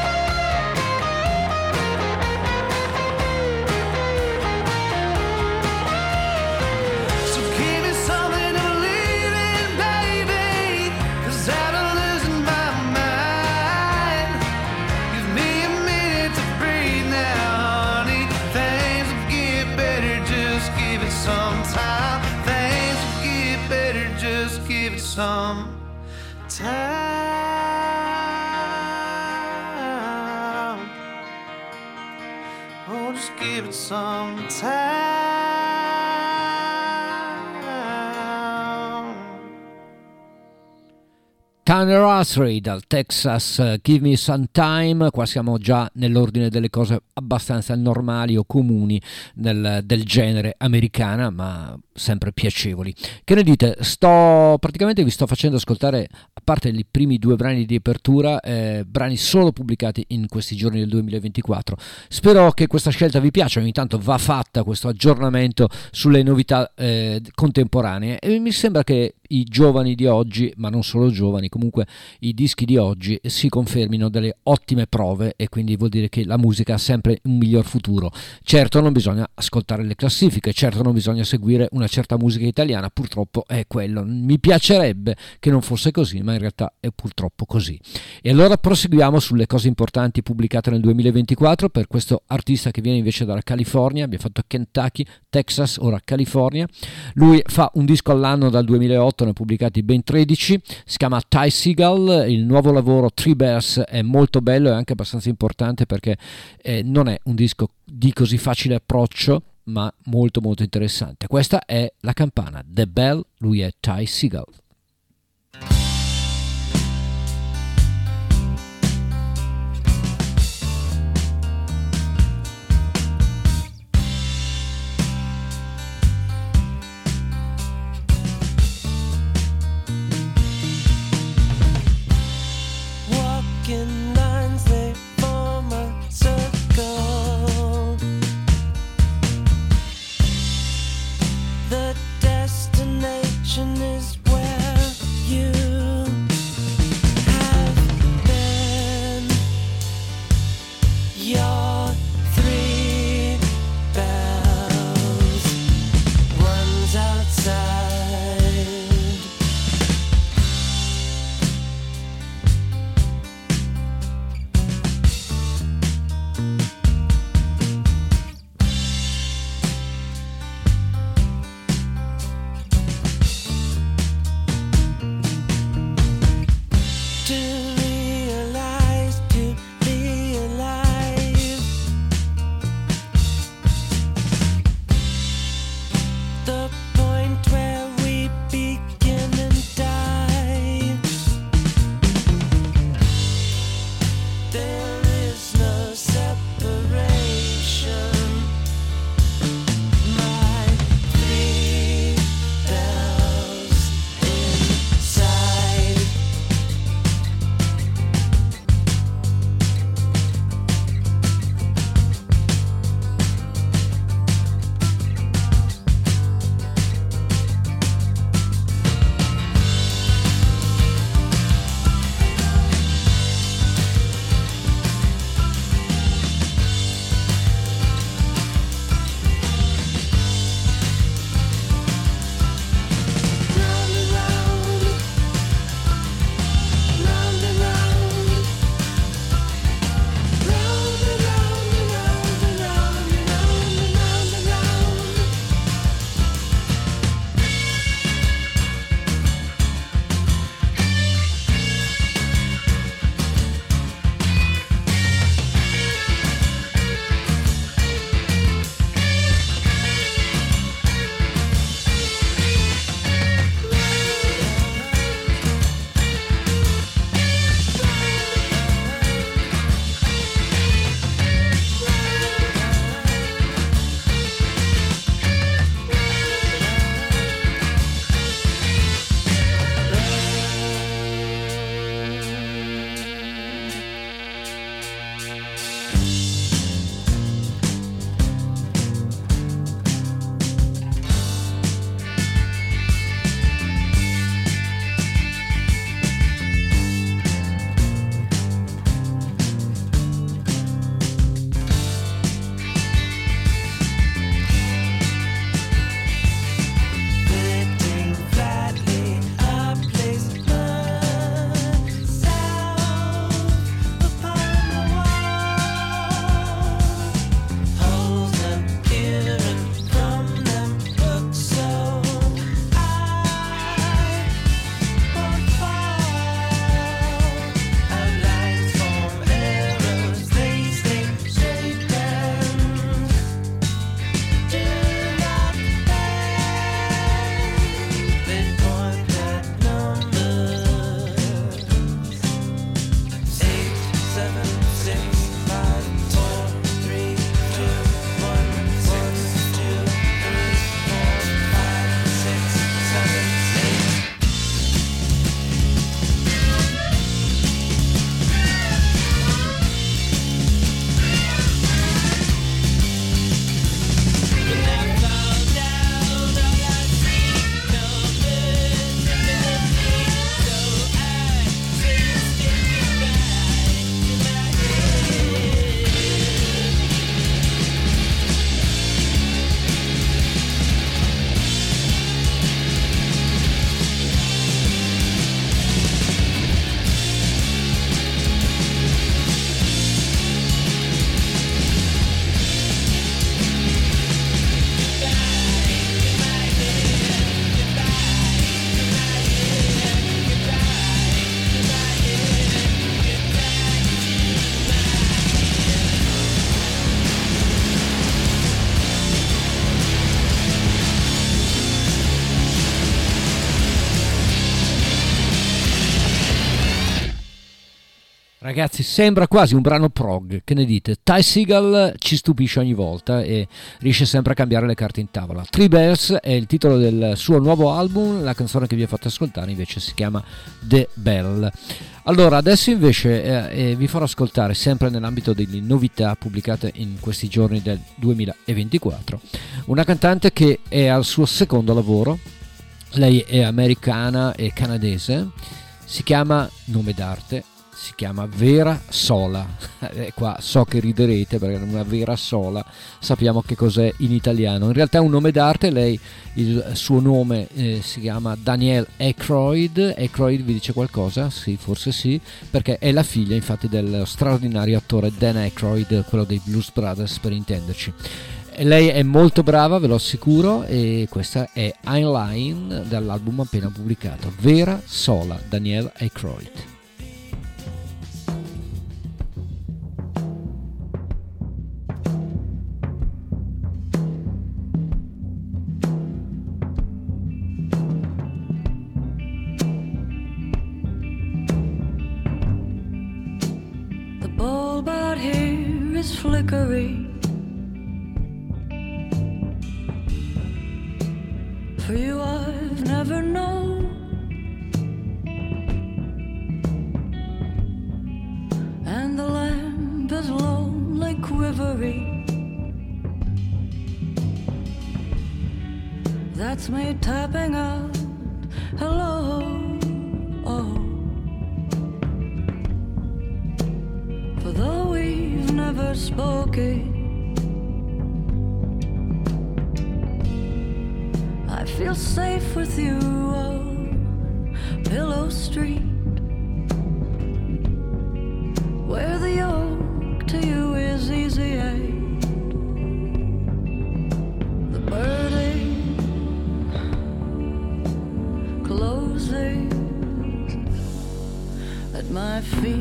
So give me something to believe in, baby, 'cause I've been losing my mind. Give me a minute to breathe now, honey. Things will get better, just give it some time. Things will get better, just give it some time. Oh, just give it some time. Tanner Asray dal Texas, uh, Give Me Some Time. Qua siamo già nell'ordine delle cose abbastanza normali o comuni del, del genere americana, ma sempre piacevoli. Che ne dite? Sto praticamente vi sto facendo ascoltare, a parte i primi due brani di apertura, eh, brani solo pubblicati in questi giorni del duemilaventiquattro. Spero che questa scelta vi piaccia. Ogni tanto va fatta questo aggiornamento sulle novità eh, contemporanee, e mi sembra che i giovani di oggi, ma non solo giovani, comunque i dischi di oggi si confermino delle ottime prove, e quindi vuol dire che la musica ha sempre un miglior futuro. Certo non bisogna ascoltare le classifiche, certo non bisogna seguire una certa musica italiana, purtroppo è quello. Mi piacerebbe che non fosse così, ma in realtà è purtroppo così. E allora proseguiamo sulle cose importanti pubblicate nel duemilaventiquattro per questo artista che viene invece dalla California. Abbiamo fatto Kentucky, Texas, ora California. Lui fa un disco all'anno dal duemilaotto, ne ha pubblicati ben tredici, si chiama Ty Segall. Il nuovo lavoro Three Bears è molto bello e anche abbastanza importante, perché eh, non è un disco di così facile approccio, ma molto molto interessante. Questa è La Campana, The Bell, lui è Ty Segall. Walking lines, they form a circle. The destination is where you have been. Your three bells, one's outside. The point where we begin and die. Ragazzi, sembra quasi un brano prog, che ne dite? Ty Segall ci stupisce ogni volta e riesce sempre a cambiare le carte in tavola. Three Bells è il titolo del suo nuovo album, la canzone che vi ho fatto ascoltare invece si chiama The Bell. Allora, adesso invece eh, eh, vi farò ascoltare, sempre nell'ambito delle novità pubblicate in questi giorni del duemilaventiquattro, una cantante che è al suo secondo lavoro. Lei è americana e canadese, si chiama, nome d'arte, si chiama Vera Sola. E qua so che riderete perché una Vera Sola sappiamo che cos'è in italiano. In realtà è un nome d'arte. Lei, il suo nome eh, si chiama Danielle Aykroyd. Aykroyd vi dice qualcosa? Sì, forse sì, perché è la figlia infatti dello straordinario attore Dan Aykroyd, quello dei Blues Brothers per intenderci. Lei è molto brava, ve lo assicuro, e questa è I'm Lying dall'album appena pubblicato. Vera Sola, Danielle Aykroyd. The bulb out here is flickering. For you I've never known, and the lamp is lonely quivering. That's me tapping out hello. Oh. For though we've never spoken, I feel safe with you on Pillow Street, where the yoke to you is easy aid. The burden closes at my feet.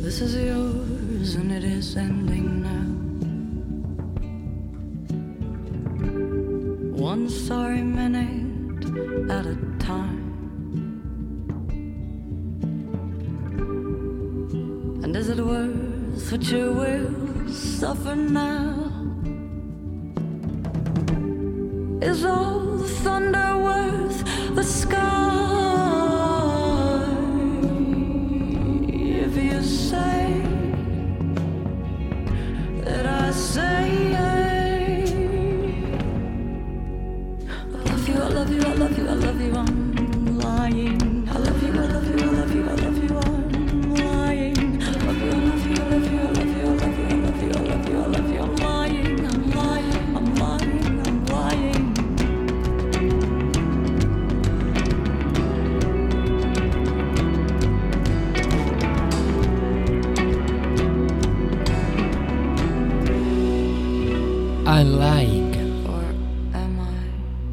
This is yours and it is ending now. One sorry minute at a time. And is it worth what you will suffer now? Is all the thunder worth the sky? If you say that I say I love you, I love you, I love you, I love you, I'm lying. I love you, I love you, I love you, I love you, I'm lying. I love you, I love you, I love you, I love you, I love you, I love you, I love you, I love you, I'm lying, I'm lying, I'm lying, I'm lying. I'm lying. Or am I?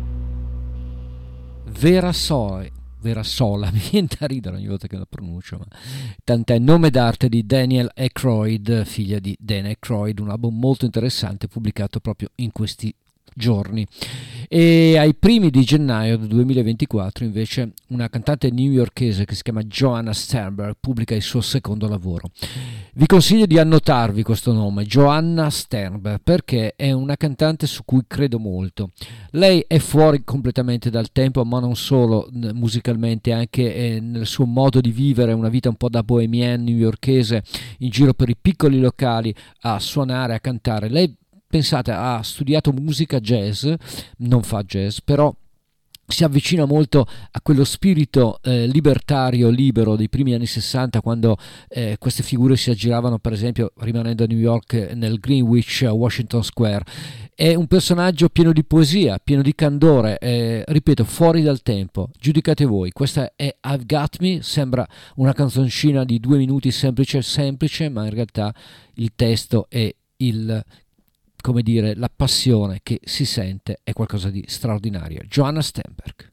Vera Sola, Vera Sola, mi viene da ridere ogni volta che la pronuncio, ma tant'è. Nome d'arte di Daniel Aykroyd, figlia di Dan Aykroyd, un album molto interessante pubblicato proprio in questi giorni. E ai primi di gennaio del duemilaventiquattro invece una cantante newyorkese che si chiama Joanna Sternberg pubblica il suo secondo lavoro. Vi consiglio di annotarvi questo nome, Joanna Sternberg, perché è una cantante su cui credo molto. Lei è fuori completamente dal tempo, ma non solo musicalmente, anche eh, nel suo modo di vivere una vita un po' da bohemienne newyorkese, in giro per i piccoli locali a suonare, a cantare. Lei, pensate, ha studiato musica jazz, non fa jazz, però si avvicina molto a quello spirito eh, libertario, libero dei primi anni sessanta, quando eh, queste figure si aggiravano, per esempio, rimanendo a New York, nel Greenwich Washington Square. È un personaggio pieno di poesia, pieno di candore, eh, ripeto, fuori dal tempo. Giudicate voi. Questa è I've Got Me, sembra una canzoncina di due minuti semplice, semplice, ma in realtà il testo è il... come dire, la passione che si sente è qualcosa di straordinario. Joanna Sternberg.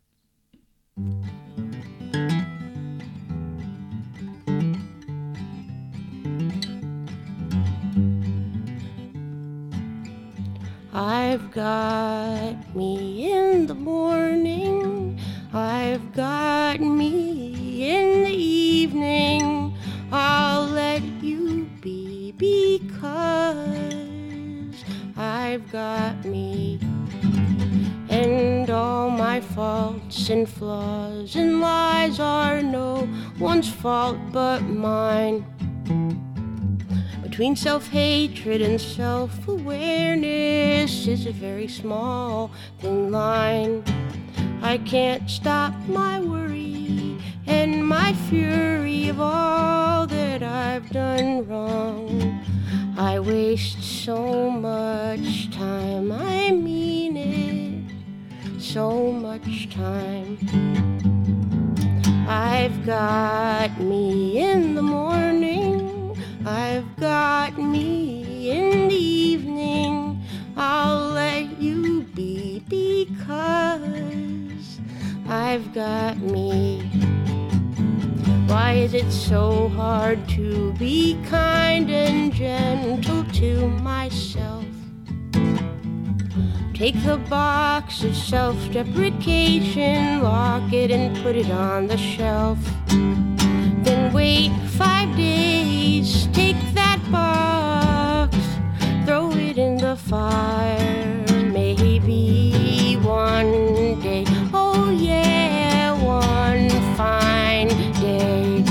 I've got me in the morning, I've got me in the evening, I'll let you be because I've got me, and all my faults and flaws and lies are no one's fault but mine. Between self-hatred and self-awareness is a very small, thin line. I can't stop my worry and my fury of all that I've done wrong. I waste so much time, I mean it, so much time. I've got me in the morning, I've got me in the evening, I'll let you be because I've got me. Why is it so hard to be kind and gentle to myself? Take the box of self-deprecation, lock it and put it on the shelf. Then wait five days, take that box, throw it in the fire. Maybe one day, oh yeah, one fine day,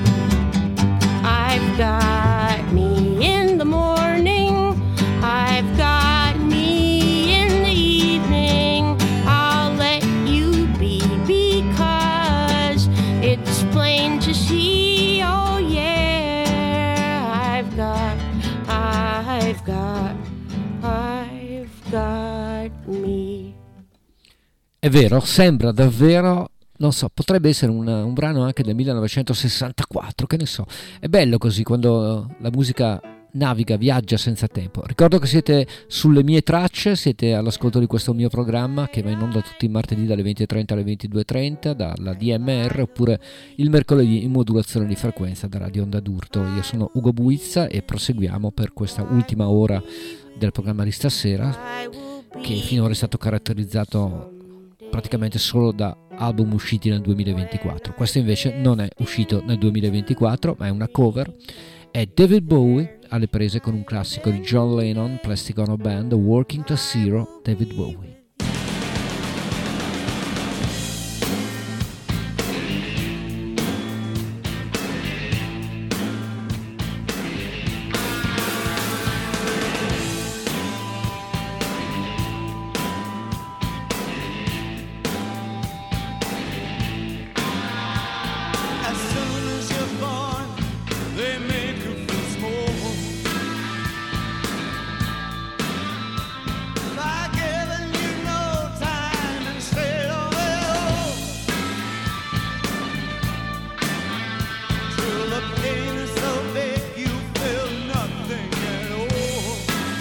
I've got me in the morning, I've got me in the evening, I'll let you be because it's plain to see, oh yeah, I've got, I've got, I've got me. È vero, sembra davvero, non so, potrebbe essere un, un brano anche del millenovecentosessantaquattro, che ne so. È bello così quando la musica naviga, viaggia senza tempo. Ricordo che siete sulle mie tracce, siete all'ascolto di questo mio programma che va in onda tutti i martedì dalle venti e trenta alle ventidue e trenta dalla D M R, oppure il mercoledì in modulazione di frequenza da Radio Onda d'Urto. Io sono Ugo Buizza e proseguiamo per questa ultima ora del programma di stasera, che finora è stato caratterizzato praticamente solo da album usciti nel duemilaventiquattro. Questo invece non è uscito nel duemilaventiquattro, ma è una cover. È David Bowie alle prese con un classico di John Lennon, Plastic Ono Band, Working Class Hero, David Bowie. As soon as you're born, they make you feel small. By giving you no time and straight away home. Till the pain is so big you feel nothing at all.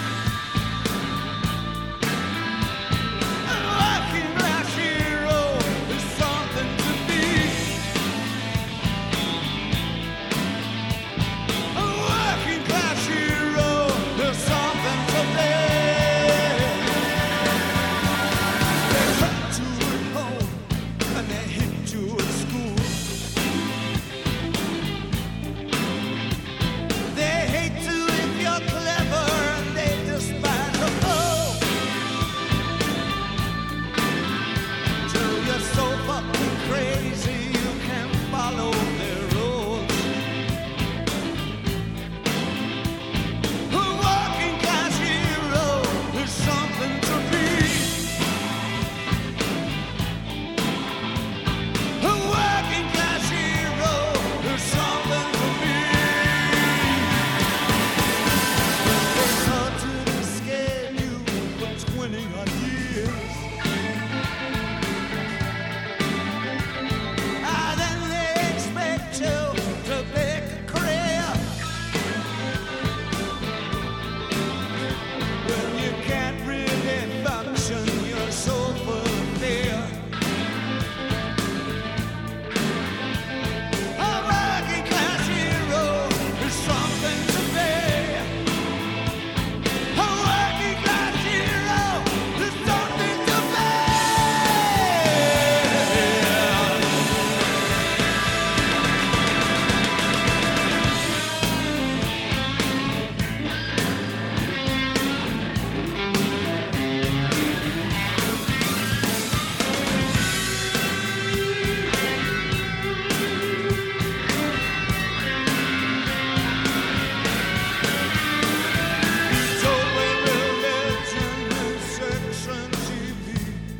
A working class hero is something to be. A working class hero is something to be. They hurt you at home and they hit you at school. They hate you if you're clever and they despise a fool. Till you're so fucking crazy you can't follow their rules. A working class hero is something to be. A working class hero is something to be. They tortured and scared you for twenty odd years. Ah, then they expect you to make a career. When you can't really function, you're so full of fear. A working class hero is something to be. A working class hero is something to be. Totally religion and sex and T V.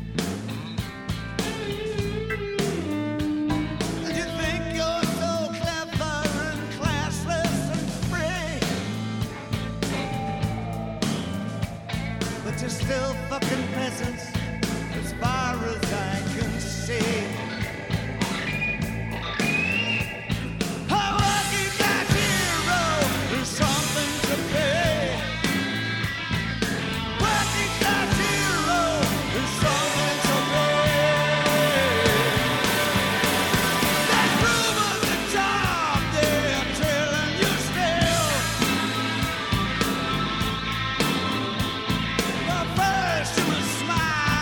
And you think you're so clever and classless and free, but you're still fucking peasants as far as I can see. A working class hero is something to be. Working class hero is something to be. That room at the top, they're telling you still. But first you must smile.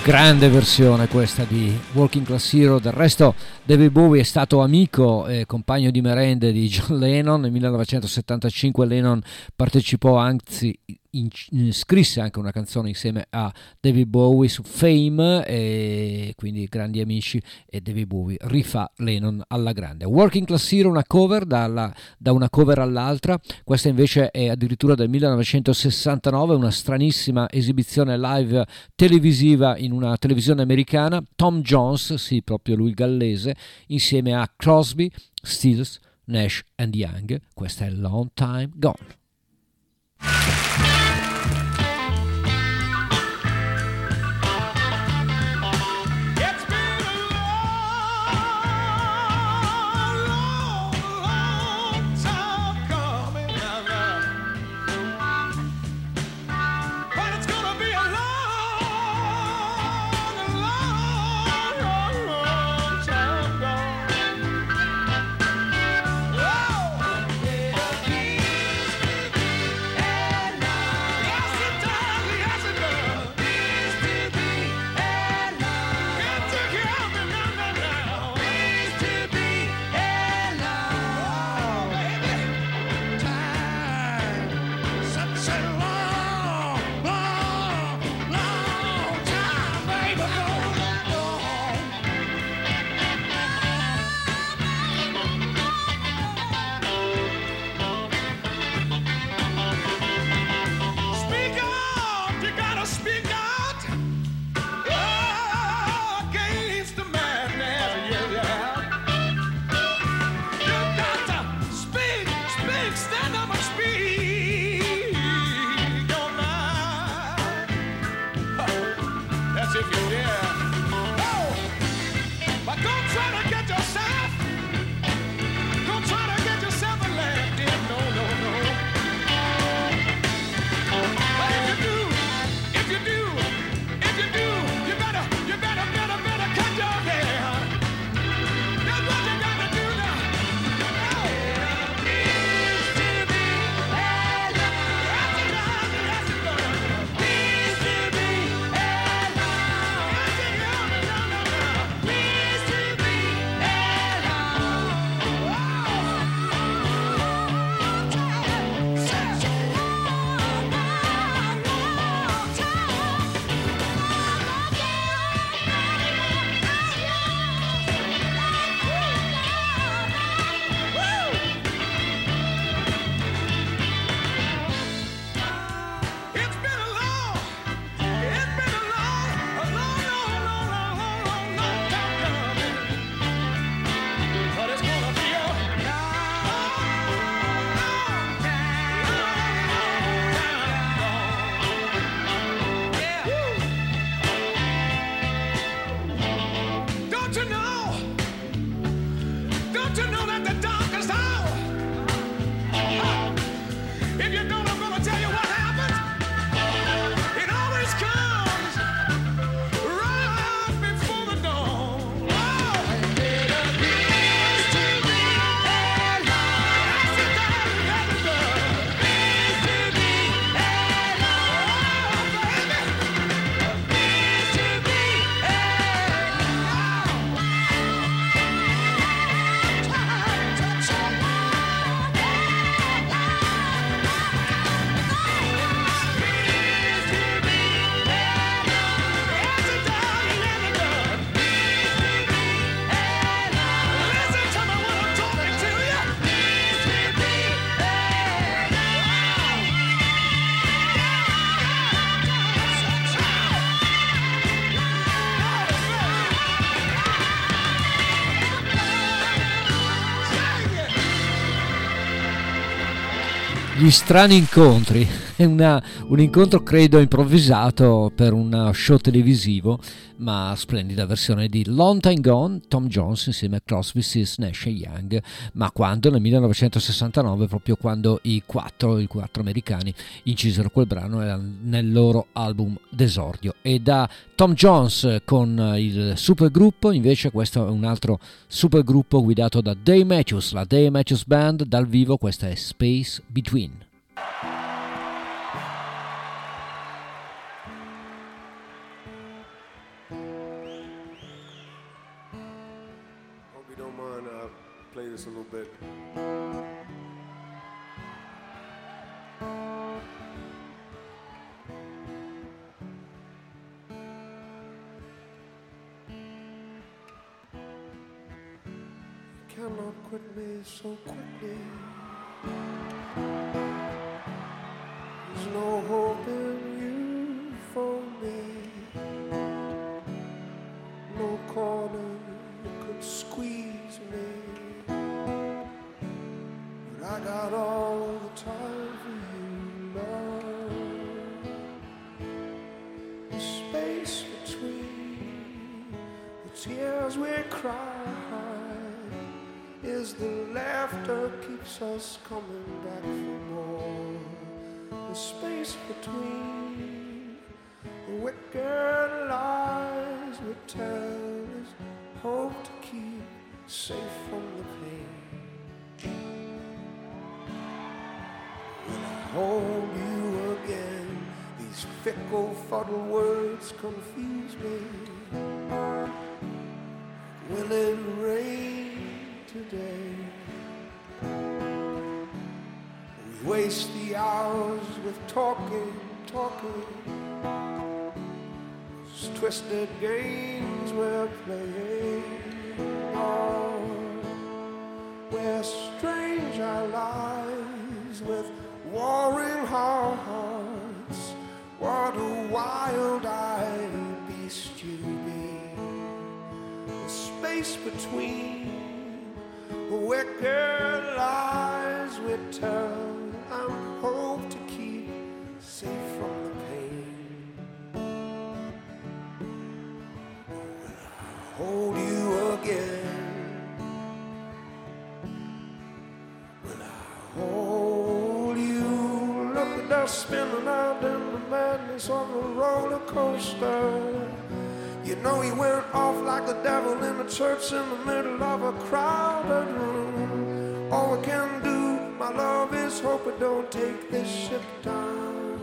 Grande versione questa di Walking Class Hero. Del resto David Bowie è stato amico e compagno di merende di John Lennon. Nel millenovecentosettantacinque Lennon partecipò, anzi in, in, scrisse anche una canzone insieme a David Bowie su Fame, e quindi grandi amici, e David Bowie rifà Lennon alla grande. Working Class Hero, una cover dalla, da una cover all'altra. Questa invece è addirittura del millenovecentosessantanove, una stranissima esibizione live televisiva in una televisione americana. Tom Jones, sì, proprio lui il gallese, insieme a Crosby, Stills, Nash and Young. Questa è Long Time Gone. Gli strani incontri, è una, un incontro credo improvvisato per un show televisivo, ma splendida versione di Long Time Gone, Tom Jones insieme a Crosby, Stills, Nash e Young. Ma quando? Nel millenovecentosessantanove, proprio quando i quattro, i quattro americani incisero quel brano nel loro album d'esordio. E da Tom Jones con il supergruppo, invece, questo è un altro supergruppo guidato da Dave Matthews, la Dave Matthews Band dal vivo. Questa è Space Between. Cannot quit me so quickly. There's no hope in you for me. No corner could squeeze me. But I got all the time for you, love. The space between the tears we cry is the laughter keeps us coming back for more. The space between the wicked lies we tell is hope to keep safe from the pain. When I hold you again, these fickle, fuddled words confuse me. Will it rain today? We waste the hours with talking, talking. Those twisted games we're playing. Oh, we're strange our lives with warring hearts. What a wild-eyed beast you be. The space between the wicked lies we tell and hope to keep safe from the pain. When I hold you again, when I hold you, look at us spinning out in the madness of a roller coaster. You know he went off like the devil in a church in the middle of a crowded room. All we can do, my love, is hope it don't take this ship down.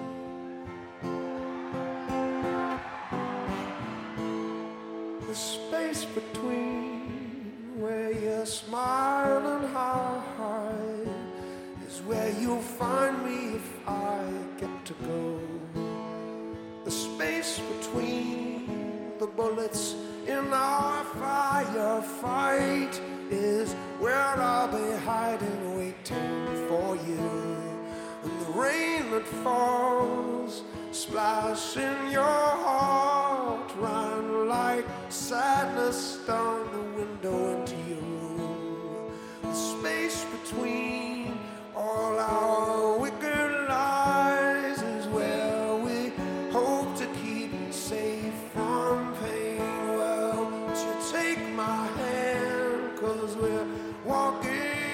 The space between where you smile and hide is where you'll find me if I get to go. The space between the bullets in our firefight is where I'll be hiding, waiting for you. And the rain that falls, splash in your heart, run like sadness down the window into your room. The space between all our wicked lies is where we hope to keep safe from pain. Well, would you take my hand, 'cause we're walking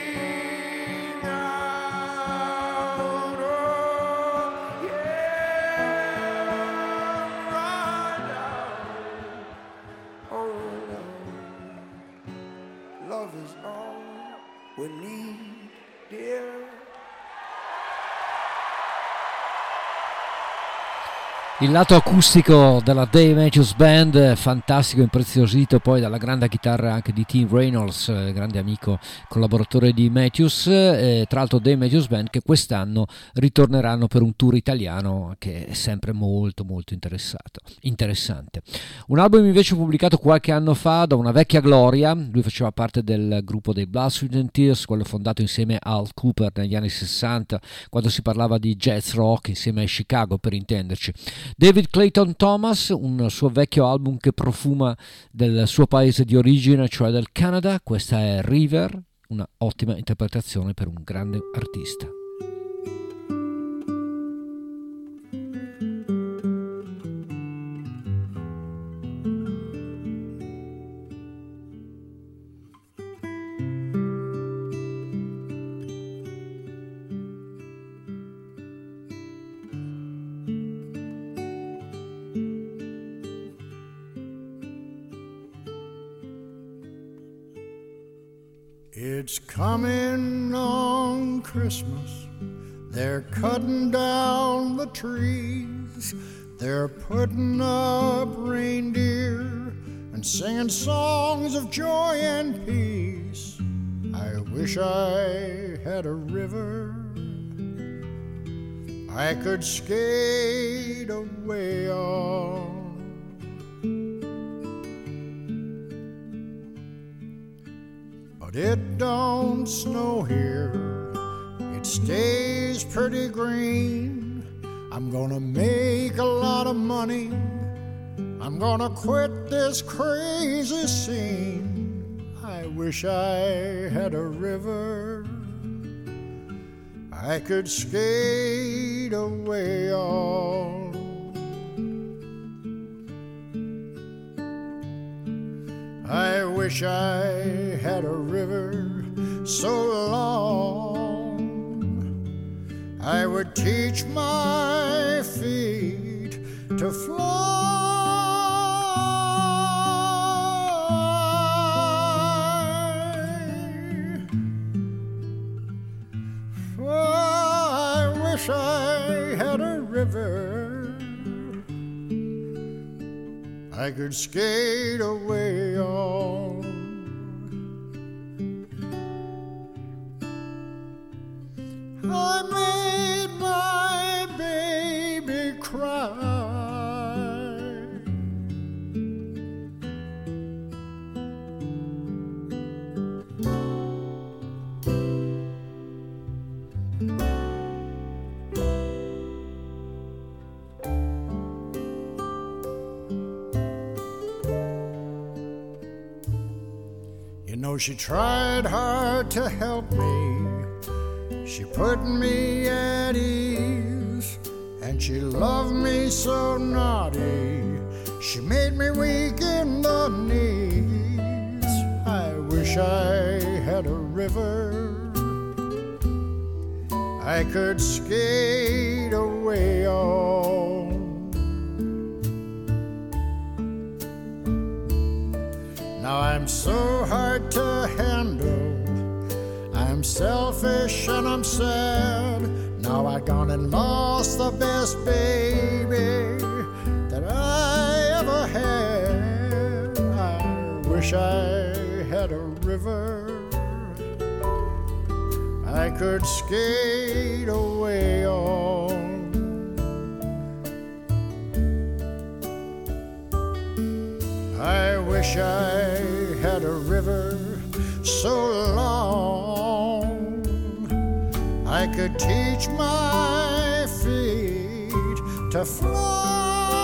out, oh yeah, right down, oh no. Love is all we need, dear. Il lato acustico della Dave Matthews Band, fantastico, impreziosito poi dalla grande chitarra anche di Tim Reynolds, grande amico, collaboratore di Matthews, eh, tra l'altro Dave Matthews Band che quest'anno ritorneranno per un tour italiano che è sempre molto molto interessato, interessante. Un album invece pubblicato qualche anno fa da una vecchia gloria, lui faceva parte del gruppo dei Blood, Sweat and Tears, quello fondato insieme a Al Cooper negli anni sessanta, quando si parlava di jazz rock insieme a Chicago, per intenderci. David Clayton Thomas, un suo vecchio album che profuma del suo paese di origine, cioè del Canada. Questa è River, una ottima interpretazione per un grande artista. It's coming on Christmas. They're cutting down the trees. They're putting up reindeer and singing songs of joy and peace. I wish I had a river I could skate away on. But it don't snow here, it stays pretty green. I'm gonna make a lot of money, I'm gonna quit this crazy scene. I wish I had a river I could skate away on. I wish I had a river so long I would teach my feet to fly. I had a river I could skate away on. I made my baby cry. You know, she tried hard to help me, she put me at ease, and she loved me so naughty, she made me weak in the knees. I wish I had a river I could skate away on. Now I'm so hard to handle, I'm selfish and I'm sad. Now I gone and lost the best baby that I ever had. I wish I had a river I could skate away on. I wish I had a river so long I could teach my feet to fly.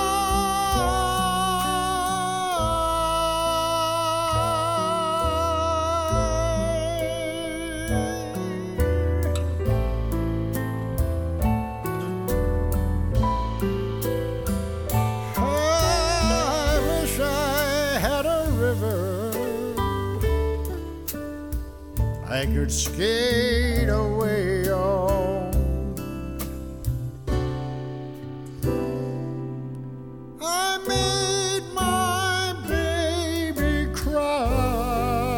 I could skate away on. I made my baby cry.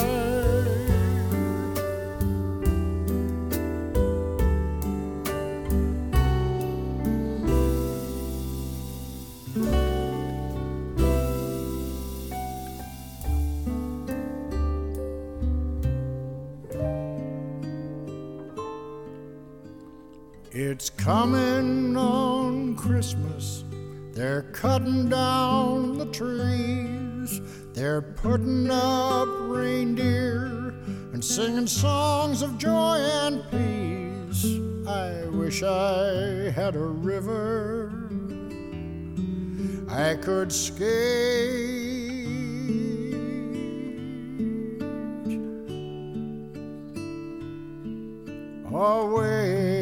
It's coming on Christmas, they're cutting down the trees, they're putting up reindeer and singing songs of joy and peace. I wish I had a river I could skate away.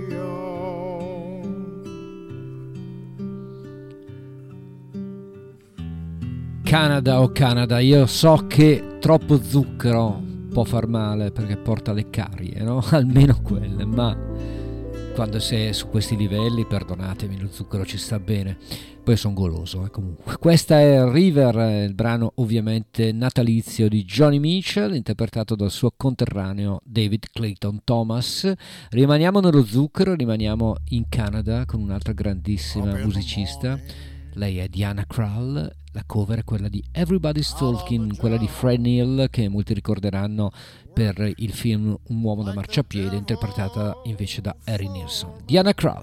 Canada, oh Canada, io so che troppo zucchero può far male perché porta le carie, no? Almeno quelle, ma quando si è su questi livelli, perdonatemi, lo zucchero ci sta bene. Poi sono goloso, eh, comunque. Questa è River, il brano ovviamente natalizio di Joni Mitchell, interpretato dal suo conterraneo David Clayton Thomas. Rimaniamo nello zucchero, rimaniamo in Canada con un'altra grandissima musicista. Lei è Diana Krall, la cover è quella di Everybody's Talking, quella di Fred Neil, che molti ricorderanno per il film Un uomo da marciapiede, interpretata invece da Harry Nilsson. Diana Krall.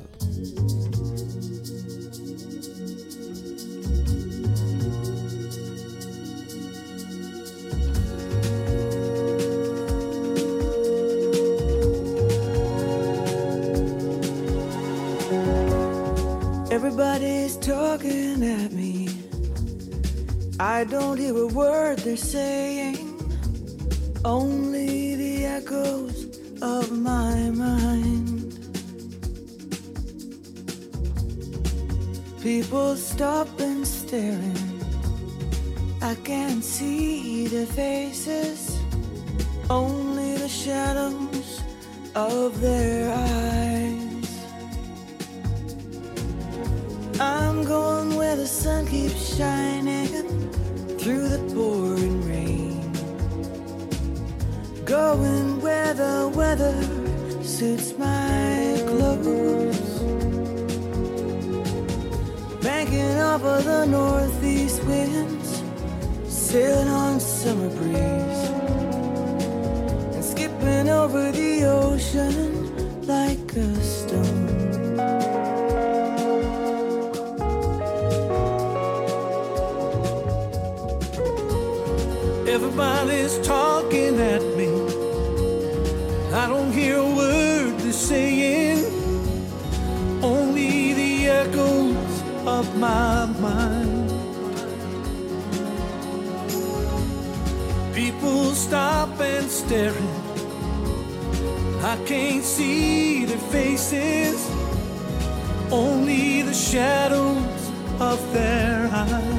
Everybody's talking at me. I don't hear a word they're saying, only the echoes of my mind. People stop and staring. I can't see their faces, only the shadows of their eyes. I'm going where the sun keeps shining through the pouring rain, going where the weather suits my clothes, banking off of the northeast winds, sailing on summer breeze, and skipping over the ocean like a stone. Everybody's talking at me. I don't hear a word they're saying, only the echoes of my mind. People stop and staring. I can't see their faces, only the shadows of their eyes.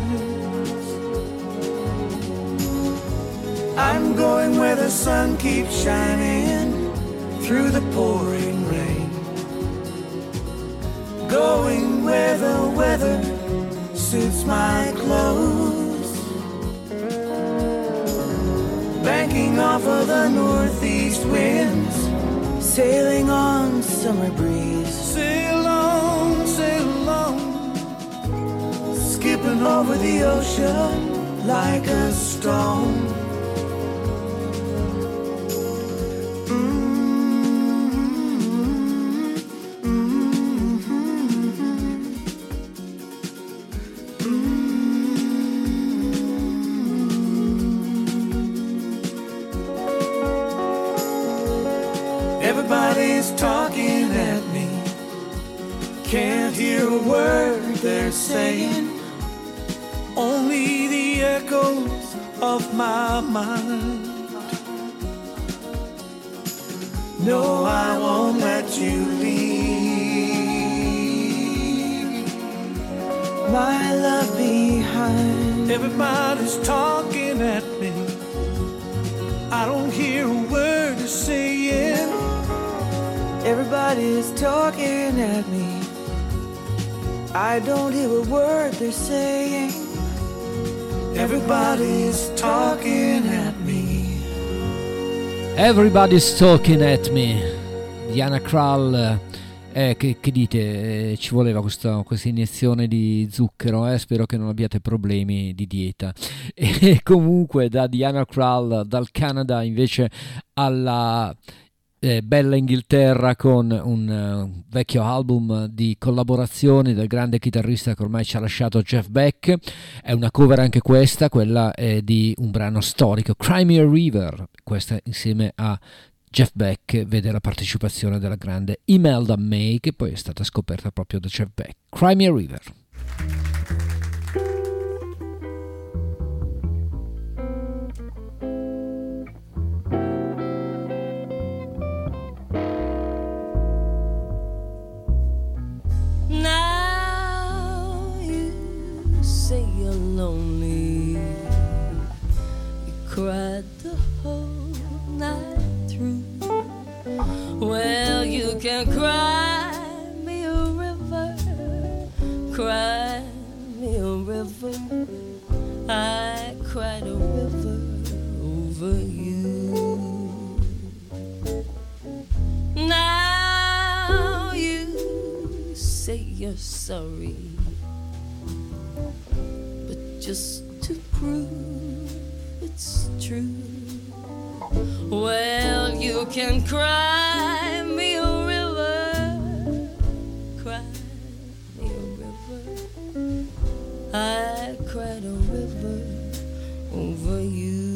I'm going where the sun keeps shining through the pouring rain, going where the weather suits my clothes, banking off of the northeast winds, sailing on summer breeze. Sail on, sail on, skipping over the ocean like a stone. Everybody's talking at me. Can't hear a word they're saying, only the echoes of my mind. No, I won't let you leave my love behind. Everybody's talking at me. I don't hear a word they're saying. Everybody's talking at me. I don't hear a word they're saying. Everybody's talking at me. Everybody's talking at me. Diana Krall. Eh, che, che dite? Eh, ci voleva questa, questa iniezione di zucchero, eh? Spero che non abbiate problemi di dieta. E comunque da Diana Krall, dal Canada invece alla eh, bella Inghilterra, con un uh, vecchio album di collaborazioni del grande chitarrista che ormai ci ha lasciato, Jeff Beck. È una cover anche questa, quella è di un brano storico, Cry Me a River, questa insieme a Jeff Beck vede la partecipazione della grande Imelda May, che poi è stata scoperta proprio da Jeff Beck. Cry Me a River. Now you say you're lonely. You cried the whole night through. Well, you can cry me a river, cry me a river. I cried a river over you. Now you say you're sorry, but just to prove it's true, Well, you can cry me a river, cry me a river. I cried a river over you.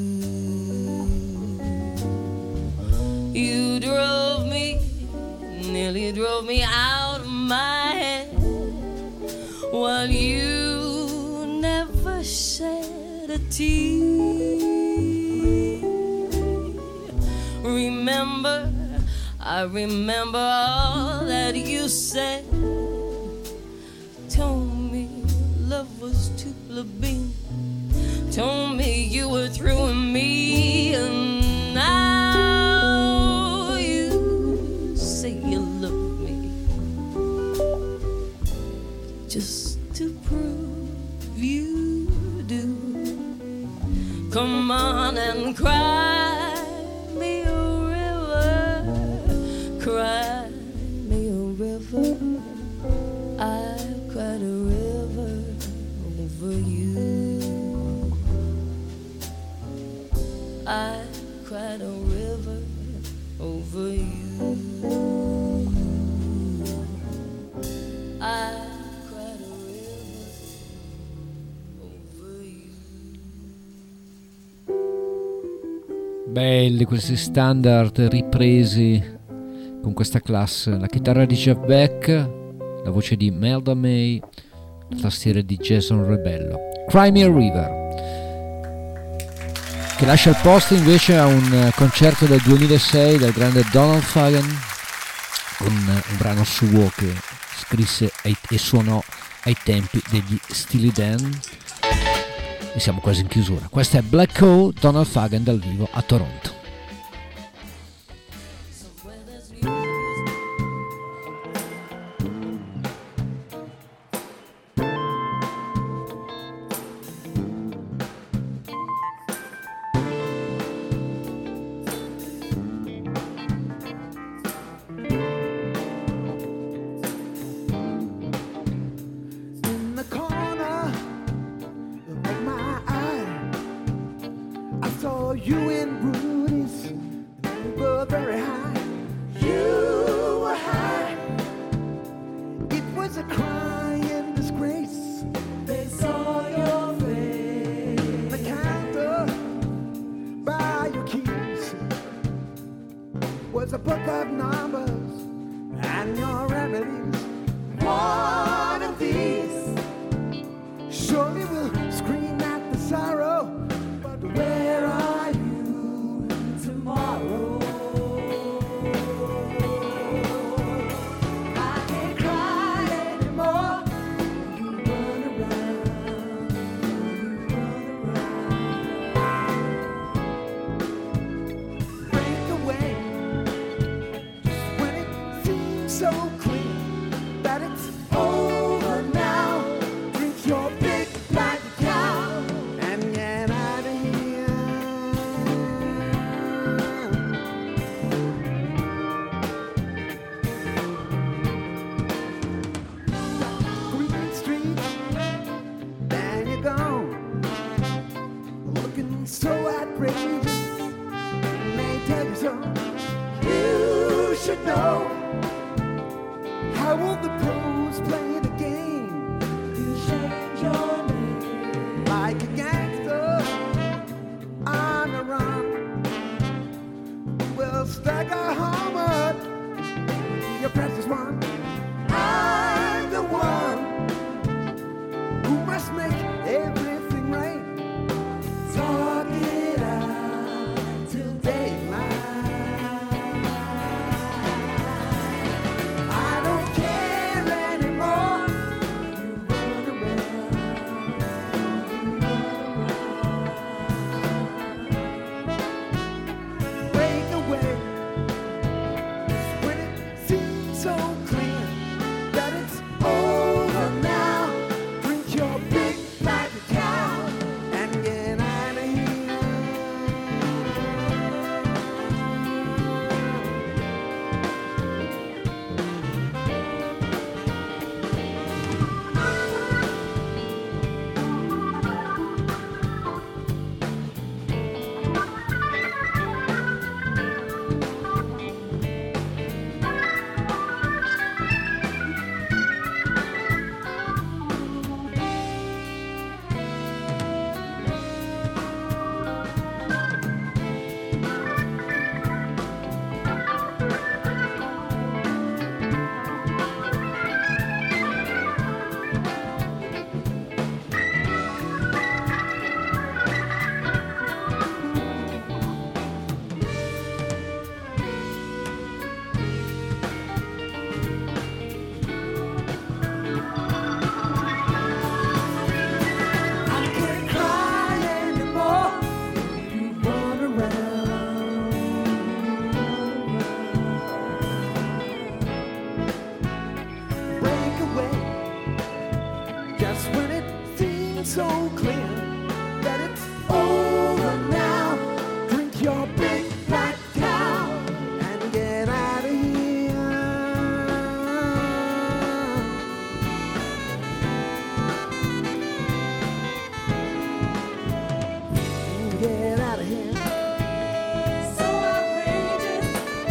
You drove me, nearly drove me out of my head, while you never shed a tear. Remember, I remember all that you said. Told me love was too plebeian. Told me you were through with me. And now you say you love me, just to prove you do. Come on and cry me a river, cry me a river. I cried a river over you. I cried a river over you. I cried a river over you. Belli questi standard ripresi con questa classe, la chitarra di Jeff Beck, la voce di Melda May, la tastiera di Jason Rebello. Cry Me a River, che lascia il posto invece a un concerto del duemilasei del grande Donald Fagen, con un brano suo che scrisse e suonò ai tempi degli Steely Dan. E siamo quasi in chiusura. Questa è Black Hole, Donald Fagen dal vivo a Toronto. In the corner of my eye, I saw you in Rudy's. You were very high. You were high. It was a crying disgrace. They saw your face. The counter by your keys was a book of numbers and your remedies. One of these surely will scream at the sorrow, but where are you tomorrow? I can't cry anymore. You run around, you run around. Break away just when it seems so clear that it's over now. Drink your big black cow and get out of here. Green Street, then you're gone, looking so outrageous. They tell you so. You should know how all the pros play the game. You change your name like a gangster on the run. We'll stack our armor, your precious one. I'm the one who must make everything right. Talk it out till daylight. I don't care anymore. You run around, you run around. Break away so clear that it's over now. Drink your big black cow and get out of here. Get out of here. So outrageous.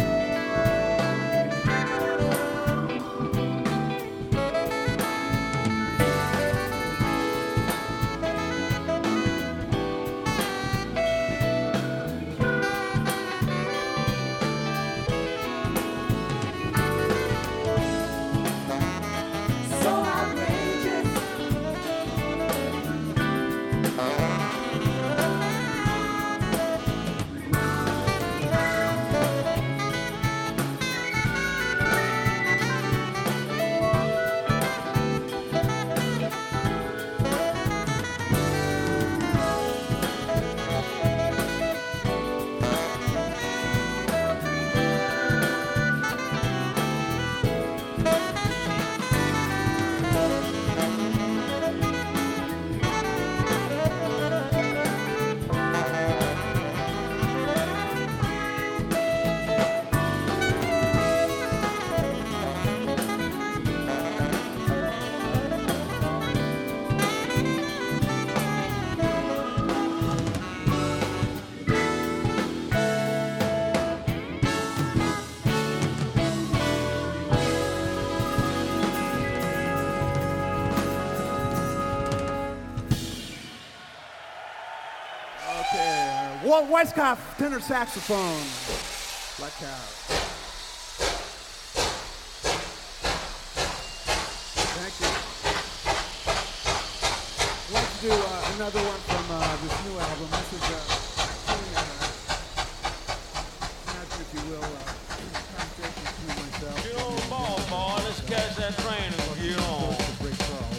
So outrageous. Okay, uh, Walt Weiskopf, tenor saxophone. Black Cow. Thank you. I'd like to do uh, another one from uh, this new album. This is uh, actually, uh, imagine if you will, uh, conversation between myself. Get on the ball, boy. Let's catch that train and get on. The Break Charles.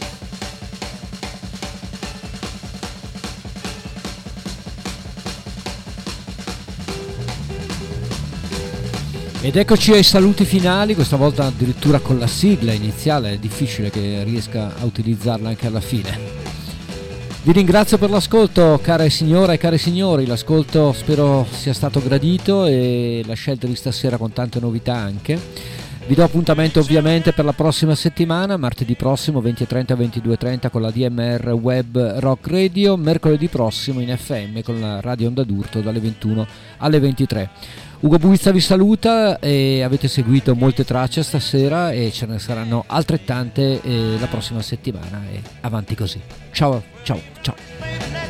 Ed eccoci ai saluti finali, questa volta addirittura con la sigla iniziale, è difficile che riesca a utilizzarla anche alla fine. Vi ringrazio per l'ascolto, care signore e cari signori, l'ascolto spero sia stato gradito e la scelta di stasera con tante novità anche. Vi do appuntamento ovviamente per la prossima settimana, martedì prossimo venti e trenta ventidue e trenta con la D M R Web Rock Radio, mercoledì prossimo in F M con la Radio Onda d'Urto dalle ventuno alle ventitré. Ugo Buizza vi saluta e avete seguito molte tracce stasera e ce ne saranno altrettante eh, la prossima settimana e avanti così. Ciao, ciao, ciao.